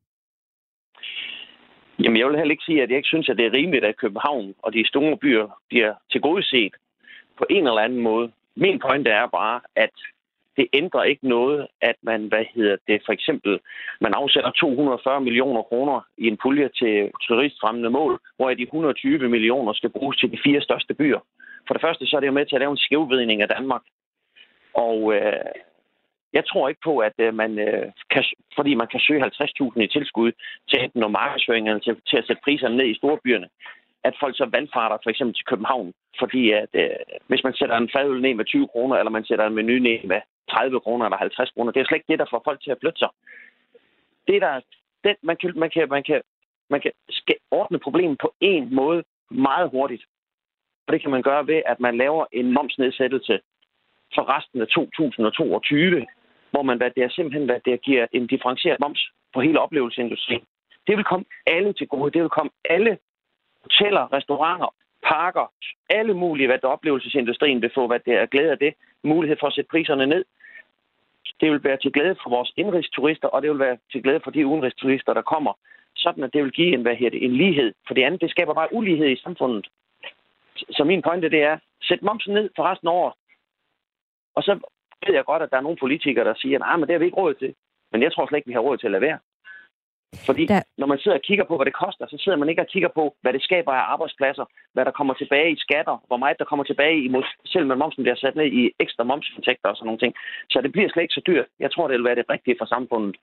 Jamen, jeg vil heller ikke sige, at jeg ikke synes, at det er rimeligt, at København og de store byer bliver tilgodeset på en eller anden måde. Min pointe er bare, at det ændrer ikke noget, at man, hvad hedder det, for eksempel, man afsætter to hundrede og fyrre millioner kroner i en pulje til turistfremmende mål, hvor de et hundrede og tyve millioner skal bruges til de fire største byer. For det første, så er det jo med til at lave en skævvridning af Danmark. Og øh, jeg tror ikke på, at øh, man øh, kan, fordi man kan søge halvtreds tusind i tilskud til enten noget markedsføring eller til, til at sætte priserne ned i storbyerne, at folk så vandfarter for eksempel til København. Fordi at øh, hvis man sætter en fadøl ned med tyve kroner, eller man sætter en menu ned med tredive kroner eller halvtreds kroner, det er slet ikke det, der får folk til at flytte sig. Det der, det, man, kan, man, kan, man, kan, man kan ordne problemet på en måde meget hurtigt. Og det kan man gøre ved, at man laver en momsnedsættelse for resten af to tusind og toogtyve, hvor man hvad det er simpelthen hvad det giver en differentieret moms på hele oplevelsesindustrien. Det vil komme alle til gode. Det vil komme alle hoteller, restauranter, parker, alle mulige, hvad der oplevelsesindustrien vil få, hvad det er glæde af det, mulighed for at sætte priserne ned. Det vil være til glæde for vores indrigsturister, og det vil være til glæde for de udenrigsturister, der kommer, sådan at det vil give en, hvad hedder det, en lighed. For det andet, det skaber bare ulighed i samfundet. Så min pointe, det er, sæt momsen ned for resten af året. Og så ved jeg godt, at der er nogle politikere, der siger, nej, men det har vi ikke råd til. Men jeg tror slet ikke, vi har råd til at lade være. Fordi da... når man sidder og kigger på, hvad det koster, så sidder man ikke og kigger på, hvad det skaber af arbejdspladser, hvad der kommer tilbage i skatter, hvor meget der kommer tilbage i, selv med momsen bliver sat ned i ekstra momsindtægter og sådan nogle ting. Så det bliver slet ikke så dyrt. Jeg tror, det vil være det rigtige for samfundet.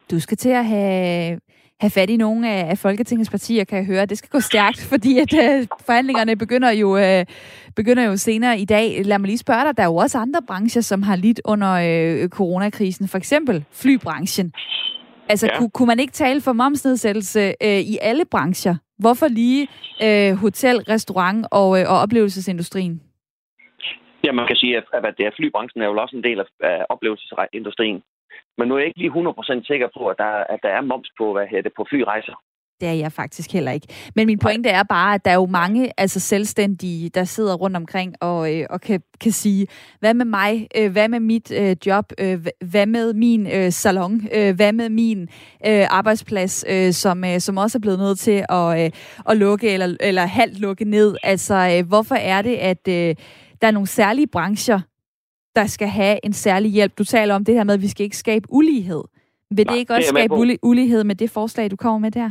Du skal til at have, have fat i nogle af, af Folketingets partier, kan jeg høre. Det skal gå stærkt, fordi at, uh, forhandlingerne begynder jo, uh, begynder jo senere i dag. Lad mig lige spørge dig, der er jo også andre brancher, som har lidt under uh, coronakrisen. For eksempel flybranchen. Altså, ja. kunne, kunne man ikke tale for momsnedsættelse uh, i alle brancher? Hvorfor lige uh, hotel, restaurant og, uh, og oplevelsesindustrien? Ja, man kan sige, at, at det er flybranchen er jo også en del af, af oplevelsesindustrien. Men nu er jeg ikke lige hundrede procent sikker på, at der, at der er moms på, hvad hedder det, på flyrejser. Det er jeg faktisk heller ikke. Men min pointe er bare, at der er jo mange altså selvstændige, der sidder rundt omkring og, øh, og kan, kan sige, hvad med mig? Øh, hvad med mit øh, job? Øh, hvad med min øh, salon? Øh, hvad med min øh, arbejdsplads, øh, som, øh, som også er blevet nødt til at, øh, at lukke eller, eller halvt lukke ned? Altså, øh, hvorfor er det, at øh, der er nogle særlige brancher, der skal have en særlig hjælp? Du taler om det her med, at vi skal ikke skabe ulighed. Vil Nej, det ikke også det skabe uli- ulighed med det forslag, du kommer med der?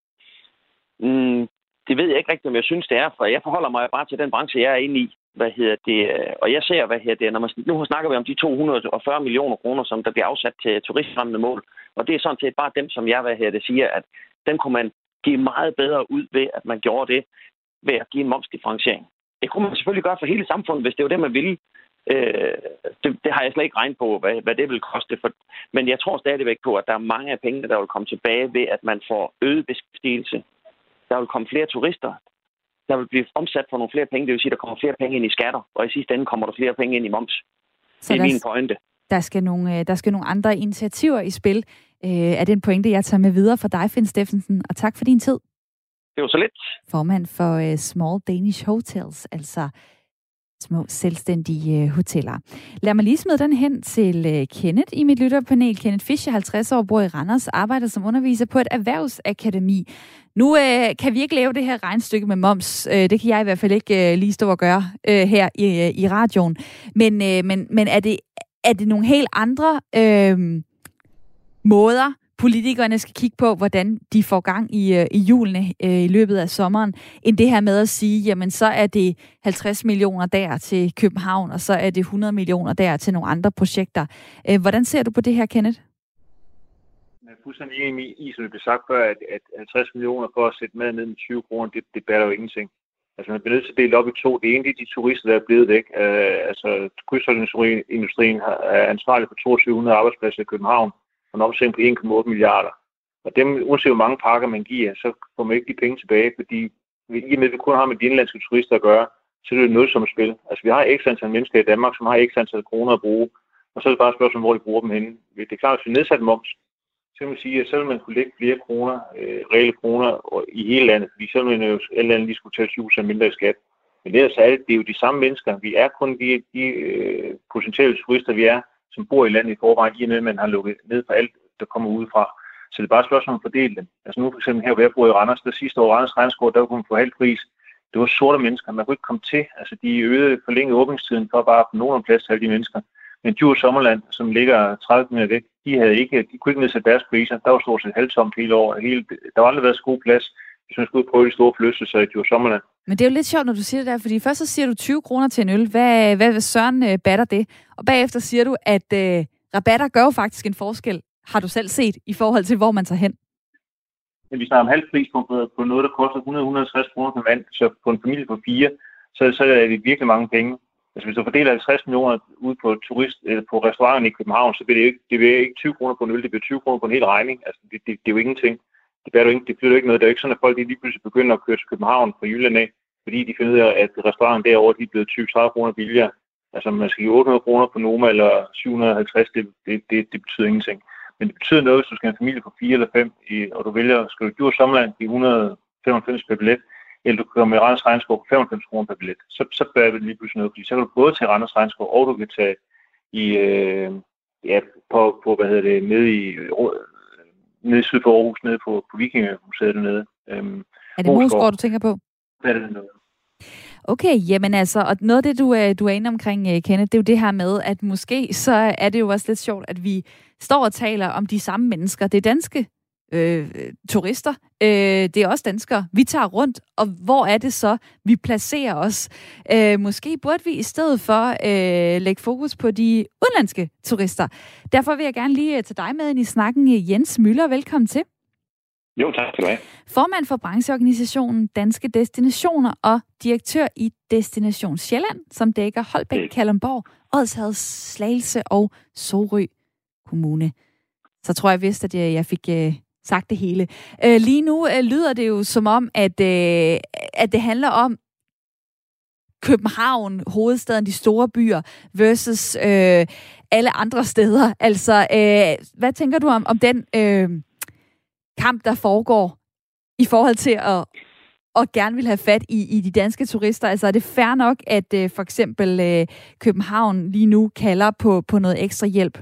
Mm, det ved jeg ikke rigtigt, om jeg synes, det er, for jeg forholder mig bare til den branche, jeg er inde i. Hvad hedder det? Og jeg ser, hvad hedder det, når man, nu snakker vi om de to hundrede og fyrre millioner kroner, som der bliver afsat til turistfremmende mål. Og det er sådan set bare dem, som jeg hvad hedder det, siger, at den kunne man give meget bedre ud ved, at man gjorde det ved at give en momsdifferentiering. Det kunne man selvfølgelig gøre for hele samfundet, hvis det var det, man ville. Øh, det, det har jeg slet ikke regnet på, hvad, hvad det vil koste. For, men jeg tror stadigvæk på, at der er mange af pengene, der vil komme tilbage ved, at man får øget beskæftigelse. Der vil komme flere turister. Der vil blive omsat for nogle flere penge. Det vil sige, at der kommer flere penge ind i skatter. Og i sidste ende kommer der flere penge ind i moms. Så det er der, min pointe. Der skal, nogle, der skal nogle andre initiativer i spil. Øh, er det en pointe, jeg tager med videre for dig, Finn Steffensen? Og tak for din tid. Det var så lidt. Formand for uh, Small Danish Hotels, altså små selvstændige uh, hoteller. Lad mig lige smide den hen til uh, Kenneth i mit lytterpanel. Kenneth Fischer, halvtreds år, bor i Randers, arbejder som underviser på et erhvervsakademi. Nu uh, kan vi ikke lave det her regnstykke med moms. Uh, det kan jeg i hvert fald ikke uh, lige stå og gøre uh, her i, uh, i radioen. Men, uh, men, men er, det, er det nogle helt andre uh, måder, politikerne skal kigge på, hvordan de får gang i, i julene øh, i løbet af sommeren, end det her med at sige, jamen så er det halvtreds millioner der til København, og så er det hundrede millioner der til nogle andre projekter. Øh, hvordan ser du på det her, Kenneth? Jeg er fuldstændig enig i, som det blev sagt før, at, at halvtreds millioner for at sætte mad ned med tyve kroner, det, det bærer jo ingenting. Altså man bliver nødt til at dele op i to. Det ene er de turister, der er blevet væk. Uh, altså krydsholdindustrien er ansvarlig for to tusind to hundrede arbejdspladser i København, en omsætning på en komma otte milliarder. Og dem, uanset hvor mange pakker man giver, så får man ikke de penge tilbage, fordi i og med, at vi kun har med de indlandske turister at gøre, så er det noget som spil. Altså vi har x antal mennesker i Danmark, som har x antal kroner at bruge, og så er det bare et spørgsmål, hvor de bruger dem henne. Det er klart, at hvis vi nedsætter moms, så kan man sige, at så vil man kunne lægge flere kroner, øh, reelle kroner i hele landet, fordi så vil man jo alle lande lige skulle tage tyve procent mindre i skat. Men ellers er det, det er jo de samme mennesker. Vi er kun de, de øh, potentielle turister, vi er, som bor i landet i forvejen, i og med, at man har lukket ned for alt, der kommer udefra. Så det er bare et spørgsmål om at fordele dem. Altså nu for eksempel her, hvor jeg bor i Randers, der sidste år Randers Regnskov, der kunne man få halv pris. Det var sorte mennesker, man kunne ikke komme til. Altså de øgede forlængede åbningstiden for bare på nogen plads til alle de mennesker. Men Djurs Sommerland, som ligger tredive kilometer væk, de, havde ikke, de kunne ikke nedsætte deres priser. Der var stort set halvtomt hele året. Hele, der var aldrig været så god plads, hvis man skulle ud og prøve de store forlystelser i Djurs Sommerland. Men det er jo lidt sjovt, når du siger det der, fordi først så siger du tyve kroner til en øl. Hvad, hvad, hvad søren øh, batter det? Og bagefter siger du, at øh, rabatter gør jo faktisk en forskel. Har du selv set i forhold til, hvor man tager hen? Men vi snakker om halv pris på, på noget, der koster hundrede til hundrede og halvtreds kroner per mand. Så på en familie på fire, så, så er det virkelig mange penge. Altså hvis du fordeler halvtreds millioner ud på turist eller på restauranten i København, så bliver det ikke, det bliver ikke tyve kroner på en øl, det bliver tyve kroner på en hel regning. Altså det, det, det er jo ingenting. Det bliver jo ikke, det bliver jo ikke noget. Det er jo ikke sådan, at folk lige pludselig begynder at køre til København fra Jylland af, fordi de finder ud af, at restauranten derovre de er blevet tyve til tredive kroner billigere. Altså man skal give otte hundrede kroner på Noma eller syv hundrede og halvtreds, det, det, det, det betyder ingenting. Men det betyder noget, hvis du skal have en familie på fire eller fem, og du vælger, skal du Djurs Sommerland i et hundrede og femoghalvfems per billet, eller du kan komme i Randers Regnskov på femoghalvfems kroner per billet, så, så bør det lige pludselig noget, fordi så kan du både tage Randers Regnskov, og du kan tage i, øh, ja, på, på, hvad hedder det, nede i, nede syd for Aarhus, nede på, på Vikingemuseet dernede. Øhm, er det Moesgaard, du tænker på? Hvad er det noget? Okay, jamen altså, og noget af det, du er, du er inde omkring, Kenneth, det er jo det her med, at måske så er det jo også lidt sjovt, at vi står og taler om de samme mennesker. Det er danske øh, turister. Øh, det er også danskere. Vi tager rundt, og hvor er det så, vi placerer os? Øh, måske burde vi i stedet for øh, lægge fokus på de udenlandske turister. Derfor vil jeg gerne lige tage dig med ind i snakken. Jens Møller, velkommen til. Jo, tak skal du have. Formand for brancheorganisationen Danske Destinationer og direktør i Destination Sjælland, som dækker Holbæk, okay. Kalundborg, Odsherred, Slagelse og Sorø Kommune. Så tror jeg vist, at jeg, jeg fik øh, sagt det hele. Øh, lige nu øh, lyder det jo som om, at, øh, at det handler om København, hovedstaden, de store byer, versus øh, alle andre steder. Altså, øh, hvad tænker du om, om den øh, kamp, der foregår i forhold til at, at gerne vil have fat i, i de danske turister? Altså, er det fair nok, at øh, for eksempel øh, København lige nu kalder på, på noget ekstra hjælp?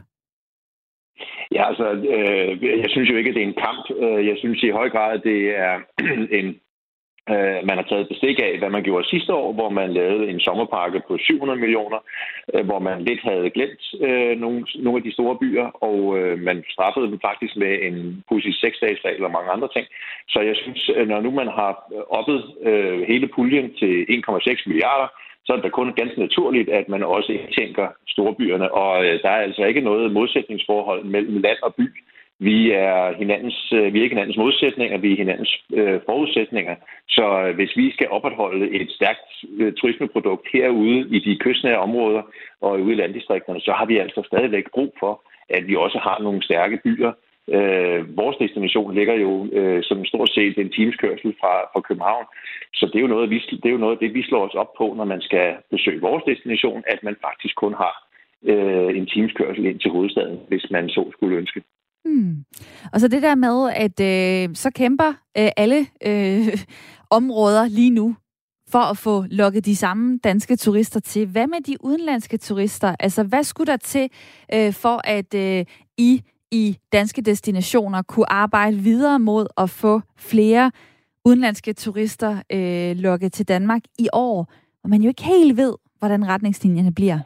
Ja, altså, øh, jeg synes jo ikke, at det er en kamp. Jeg synes i høj grad, at det er en... Øh, man har taget bestik af, hvad man gjorde sidste år, hvor man lavede en sommerpakke på syv hundrede millioner, øh, hvor man lidt havde glemt øh, nogle, nogle af de store byer, og øh, man straffede dem faktisk med en pudsig seks-dages-regel og mange andre ting. Så jeg synes, når nu man har oppet øh, hele puljen til en komma seks milliarder, så er det kun ganske naturligt, at man også indtænker storbyerne, og øh, der er altså ikke noget modsætningsforhold mellem land og by. Vi er hinandens, vi er ikke hinandens modsætninger, vi er hinandens øh, forudsætninger. Så øh, hvis vi skal opretholde et stærkt øh, turismeprodukt herude i de kystnære områder og ude i landdistrikterne, så har vi altså stadigvæk brug for, at vi også har nogle stærke byer. Øh, vores destination ligger jo øh, som stort set en timeskørsel fra, fra København. Så det er jo noget, vi, det er jo noget af det, vi slår os op på, når man skal besøge vores destination, at man faktisk kun har øh, en timeskørsel ind til hovedstaden, hvis man så skulle ønske. Hmm. Og så det der med, at øh, så kæmper øh, alle øh, områder lige nu for at få lukket de samme danske turister til. Hvad med de udenlandske turister? Altså, hvad skulle der til øh, for, at øh, I i danske destinationer kunne arbejde videre mod at få flere udenlandske turister øh, lukket til Danmark i år? Og man jo ikke helt ved, hvordan retningslinjerne bliver.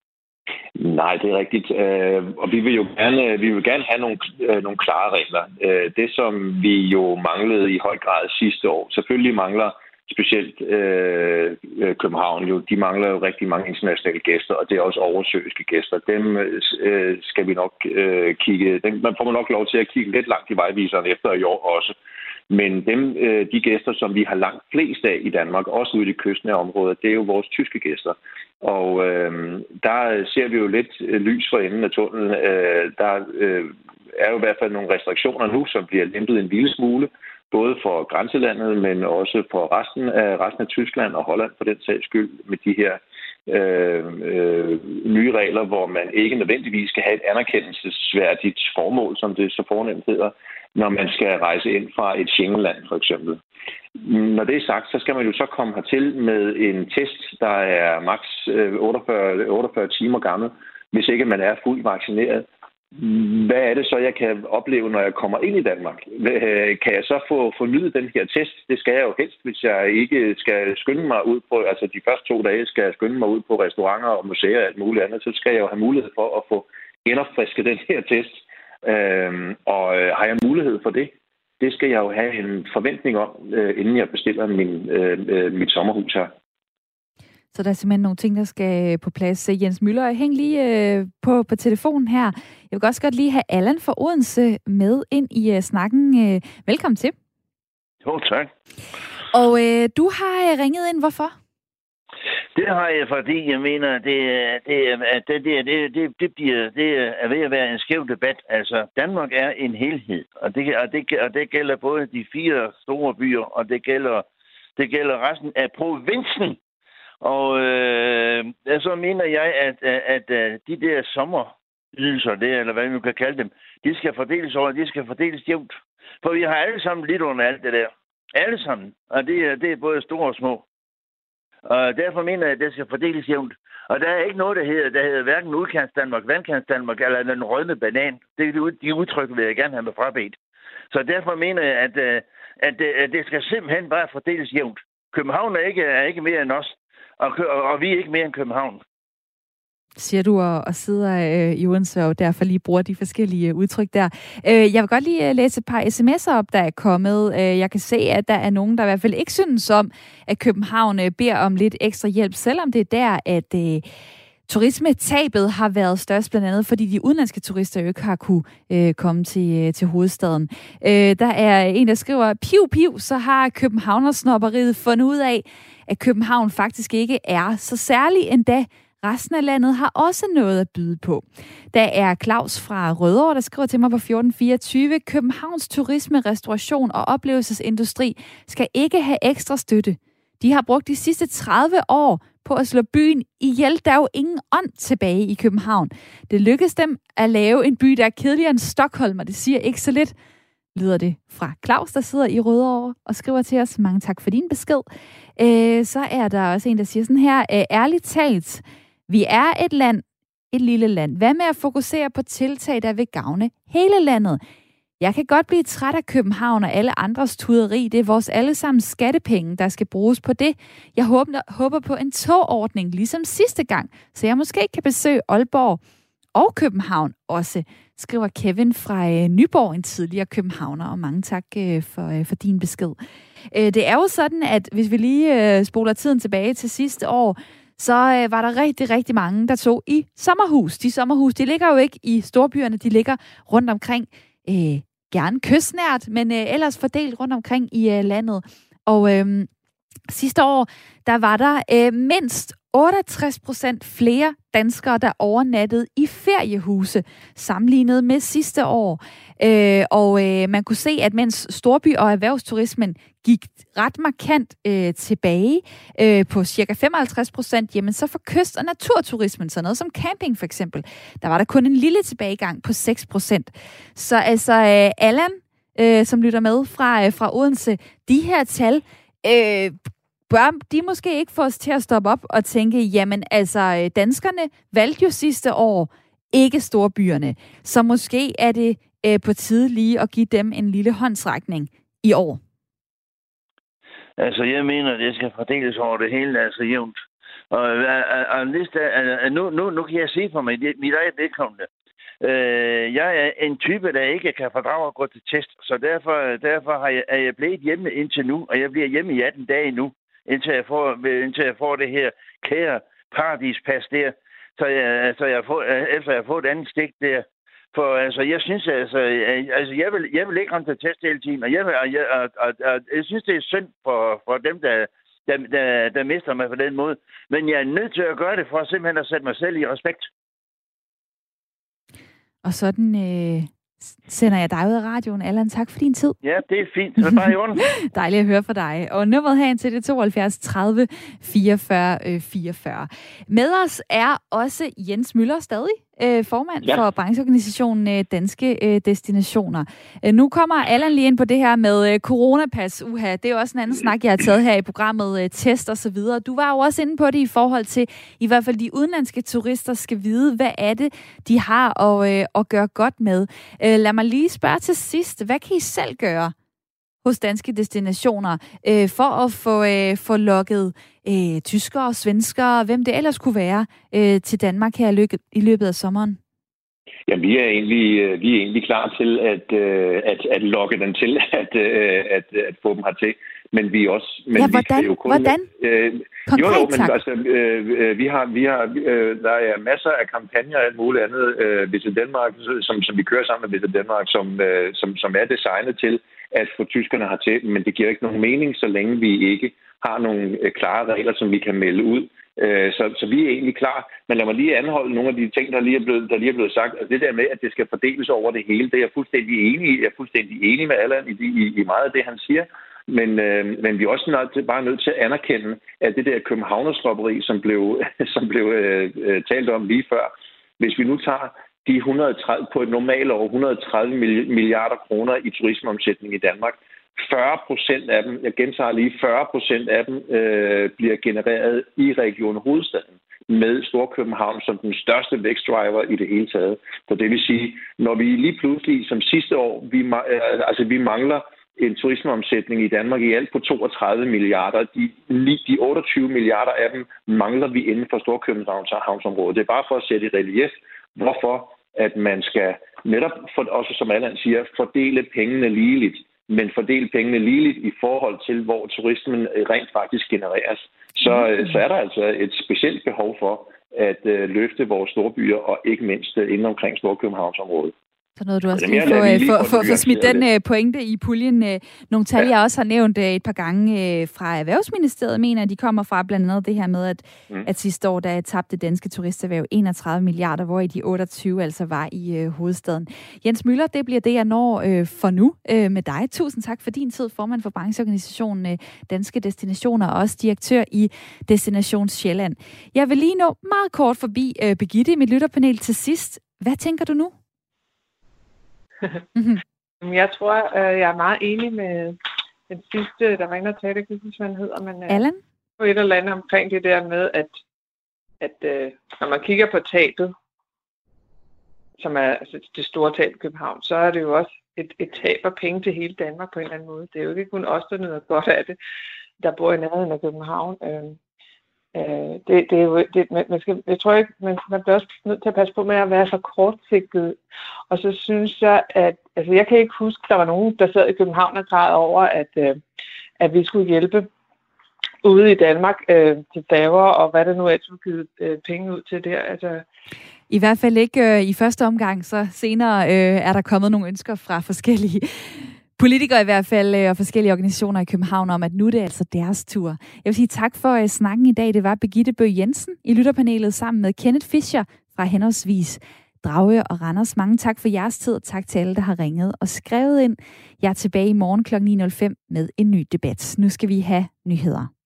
Nej, det er rigtigt. Øh, og vi vil jo gerne, vi vil gerne have nogle, øh, nogle klare regler. Øh, det, som vi jo manglede i høj grad sidste år, selvfølgelig mangler specielt øh, København jo, de mangler jo rigtig mange internationale gæster, og det er også oversøiske gæster. Dem øh, skal vi nok øh, kigge, dem, man får nok lov til at kigge lidt langt i vejviseren efter i år også. Men dem, øh, de gæster, som vi har langt flest af i Danmark, også ude i de kystnære områder, det er jo vores tyske gæster. Og øh, der ser vi jo lidt lys for enden af tunnelen. Øh, der øh, er jo i hvert fald nogle restriktioner nu, som bliver lempet en lille smule, både for grænselandet, men også for resten af, resten af Tyskland og Holland for den sags skyld, med de her øh, øh, nye regler, hvor man ikke nødvendigvis skal have et anerkendelsesværdigt formål, som det så fornemt hedder, når man skal rejse ind fra et Schengenland for eksempel. Når det er sagt, så skal man jo så komme hertil med en test, der er maks otteogfyrre timer gammel, hvis ikke man er fuldt vaccineret. Hvad er det så, jeg kan opleve, når jeg kommer ind i Danmark? Kan jeg så få fornyet den her test? Det skal jeg jo helst, hvis jeg ikke skal skynde mig ud på, altså de første to dage skal jeg skynde mig ud på restauranter og museer og alt muligt andet, så skal jeg jo have mulighed for at få genopfrisket den her test. Øhm, og øh, har jeg mulighed for det? Det skal jeg jo have en forventning om, øh, inden jeg bestiller min, øh, mit sommerhus her. Så der er simpelthen nogle ting, der skal på plads. Jens Møller, hæng lige øh, på, på telefonen her. Jeg vil også godt lige have Allan fra Odense med ind i uh, snakken. Øh, velkommen til. Jo, tak. Og øh, du har ringet ind. Hvorfor? Det har jeg, fordi jeg mener, det, det, det, det, det, det, det, bliver, det er ved at være en skæv debat. Altså, Danmark er en helhed, og det, og det, og det gælder både de fire store byer, og det gælder, det gælder resten af provinsen. Og øh, så mener jeg, at, at, at de der sommerydelser, det, eller hvad man kan kalde dem, de skal fordeles over, de skal fordeles jævnt. For vi har alle sammen lidt under alt det der. Alle sammen. Og det er, det er både store og små. Og derfor mener jeg, at det skal fordeles jævnt. Og der er ikke noget, der hedder, der hedder hverken udkants Danmark, vandkants Danmark eller den rødne banan. Det er de udtryk, vil jeg gerne have med frabedt. Så derfor mener jeg, at, at, at det skal simpelthen bare fordeles jævnt. København er ikke, er ikke mere end os, og, og vi er ikke mere end København. siger du, og, og sidder øh, i Odense, og derfor lige bruger de forskellige udtryk der. Øh, jeg vil godt lige læse et par sms'er op, der er kommet. Øh, jeg kan se, at der er nogen, der i hvert fald ikke synes om, at København øh, beder om lidt ekstra hjælp, selvom det er der, at øh, turismetabet har været størst, blandt andet fordi de udenlandske turister jo ikke har kunne øh, komme til, øh, til hovedstaden. Øh, der er en, der skriver, piv, piv, så har københavnersnobberiet fundet ud af, at København faktisk ikke er så særlig endda. Resten af landet har også noget at byde på. Der er Claus fra Rødovre, der skriver til mig på fjorten fireogtyve. Københavns turisme, restauration og oplevelsesindustri skal ikke have ekstra støtte. De har brugt de sidste tredive år på at slå byen ihjel. Der er jo ingen ånd tilbage i København. Det lykkedes dem at lave en by, der er kedeligere end Stockholm, og det siger ikke så lidt, lyder det fra Claus, der sidder i Rødovre og skriver til os. Mange tak for din besked. Øh, så er der også en, der siger sådan her, øh, ærligt talt, vi er et land, et lille land. Hvad med at fokusere på tiltag, der vil gavne hele landet? Jeg kan godt blive træt af København og alle andres tuderi. Det er vores allesammens skattepenge, der skal bruges på det. Jeg håber, håber på en togordning, ligesom sidste gang, så jeg måske kan besøge Aalborg og København også, skriver Kevin fra øh, Nyborg, en tidligere københavner, og mange tak øh, for, øh, for din besked. Øh, det er jo sådan, at hvis vi lige øh, spoler tiden tilbage til sidste år, så øh, var der rigtig, rigtig mange, der tog i sommerhus. De sommerhus, de ligger jo ikke i storbyerne, de ligger rundt omkring, øh, gerne kystnært, men øh, ellers fordelt rundt omkring i øh, landet. Og øh, sidste år, der var der øh, mindst otteogtres procent flere danskere, der overnattede i feriehuse, sammenlignet med sidste år. Øh, og øh, man kunne se, at mens storby- og erhvervsturismen gik ret markant øh, tilbage øh, på cirka femoghalvtreds procent, jamen så for kyst- og naturturismen, så noget som camping for eksempel, der var der kun en lille tilbagegang på seks procent. Så altså øh, Allan, øh, som lytter med fra, øh, fra Odense, de her tal øh, bør de måske ikke få os til at stoppe op og tænke, jamen altså, danskerne valgte jo sidste år ikke storbyerne, så måske er det øh, på tide lige at give dem en lille håndsrækning i år. Altså, jeg mener, det skal fordeles over det hele, altså jævnt. Og, og, og liste, nu, nu, nu kan jeg sige for mig, mit eget vedkommende. Øh, jeg er en type, der ikke kan fordrage at gå til test, så derfor, derfor har jeg, er jeg blevet hjemme indtil nu, og jeg bliver hjemme i atten dage nu. Indtil jeg, får, indtil jeg får det her kære paradispas der, så jeg, så jeg får, efter jeg får et andet stik der. For altså, jeg synes, altså, altså jeg, vil, jeg vil ikke komme til test hele tiden, og jeg, vil, og jeg, og, og, og, jeg synes, det er synd for, for dem, der, der, der, der mister mig på den måde. Men jeg er nødt til at gøre det for simpelthen at sætte mig selv i respekt. Og sådan øh, sender jeg dig ud af radioen. Allan, tak for din tid. Ja, det er fint. Det er bare i orden. Dejligt at høre fra dig. Og nummeret herind til det tooghalvfjerds tredive fireogfyrre fireogfyrre. Med os er også Jens Møller stadig, øh, formand ja. for brancheorganisationen øh, Danske øh, Destinationer. Øh, nu kommer Allan lige ind på det her med øh, coronapas. Uha, det er jo også en anden snak, jeg har taget her i programmet, øh, test og så videre. Du var jo også inde på det i forhold til, i hvert fald de udenlandske turister skal vide, hvad er det, de har at, øh, at gøre godt med. Øh, lad mig lige spørge til sidst, hvad kan I selv gøre hos Danske Destinationer øh, for at få, øh, få lukket øh, tyskere og svenskere, hvem det ellers kunne være, øh, til Danmark her løbet, i løbet af sommeren? Ja, vi er egentlig, vi er egentlig klar til at, at, at lokke dem til, at, at, at få dem hertil. Men vi også... Men ja, hvordan? Vi jo kun, hvordan? Øh, Konkret, jo, jo, men tak. altså, øh, vi har, vi har, øh, der er masser af kampagner og alt muligt andet, øh, Visit Danmark, som, som vi kører sammen med Visit Danmark, som, øh, som, som er designet til at få tyskerne hertil. Men det giver ikke nogen mening, så længe vi ikke har nogle øh, klare regler, som vi kan melde ud. Øh, så, så vi er egentlig klar. Men lad mig lige anholde nogle af de ting, der lige er blevet, der lige er blevet sagt. Altså det der med, at det skal fordeles over det hele, det er jeg fuldstændig enig i. Jeg er fuldstændig enig med Allan i, i, i meget af det, han siger. Men, øh, men vi er også nødt til, bare nødt til at anerkende, at det der københavnerslopperi, som blev, som blev øh, talt om lige før, hvis vi nu tager de et hundrede og tredive, på et normalt år et hundrede og tredive milliarder kroner i turismeomsætning i Danmark, fyrre procent af dem, jeg gentager lige, fyrre procent af dem øh, bliver genereret i Region Hovedstaden med Storkøbenhavn som den største vækstdriver i det hele taget. Så det vil sige, når vi lige pludselig som sidste år, vi, øh, altså vi mangler en turismeomsætning i Danmark i alt på toogtredive milliarder. De, de otteogtyve milliarder af dem mangler vi inden for Storkøbenhavnsområdet. Det er bare for at sætte i relief, hvorfor at man skal netop, for, også som Allan siger, fordele pengene ligeligt, men fordele pengene ligeligt i forhold til, hvor turismen rent faktisk genereres. Så, så er der altså et specielt behov for at øh, løfte vores storbyer, og ikke mindst øh, inden omkring Storkøbenhavnsområdet. Så noget, du også lige får for, for, for smidt den uh, pointe i puljen. Uh, nogle tal, ja. jeg også har nævnt uh, et par gange uh, fra Erhvervsministeriet, mener, at de kommer fra blandt andet det her med, at, mm. at sidste år, der tabte danske turisterhverv enogtredive milliarder, hvor i de otteogtyve altså var i uh, hovedstaden. Jens Møller, det bliver det, jeg når uh, for nu uh, med dig. Tusind tak for din tid, formand for brancheorganisationen uh, Danske Destinationer, og også direktør i Destination Sjælland. Jeg vil lige nå meget kort forbi uh, Birgitte i mit lytterpanel til sidst. Hvad tænker du nu? Jeg tror, jeg er meget enig med den sidste, der var inde og tale, jeg kan ikke huske, hvad han hedder, men Allan? På et eller andet omkring det der med, at, at når man kigger på tabet, som er altså det store tab i København, så er det jo også et, et tab af penge til hele Danmark på en eller anden måde. Det er jo ikke kun os, der nyder godt af det, der bor i nærheden af København. Øh, det, det er jo, det, man skal, jeg tror ikke, man, man bliver også nødt til at passe på med at være så kortsigtet. Og så synes jeg, at altså jeg kan ikke huske, der var nogen, der sad i København og græd over, at, øh, at vi skulle hjælpe ude i Danmark øh, til dager, og hvad det nu er, at vi givet øh, penge ud til der. Altså, I hvert fald ikke øh, i første omgang, så senere øh, er der kommet nogle ønsker fra forskellige politikere i hvert fald, og forskellige organisationer i København om, at nu er det altså deres tur. Jeg vil sige tak for uh, snakken i dag. Det var Birgitte Bøgh Jensen i lytterpanelet sammen med Kenneth Fischer fra henholdsvis Dragør og Randers. Mange tak for jeres tid, og tak til alle, der har ringet og skrevet ind. Jeg er tilbage i morgen klokken ni nul fem med en ny debat. Nu skal vi have nyheder.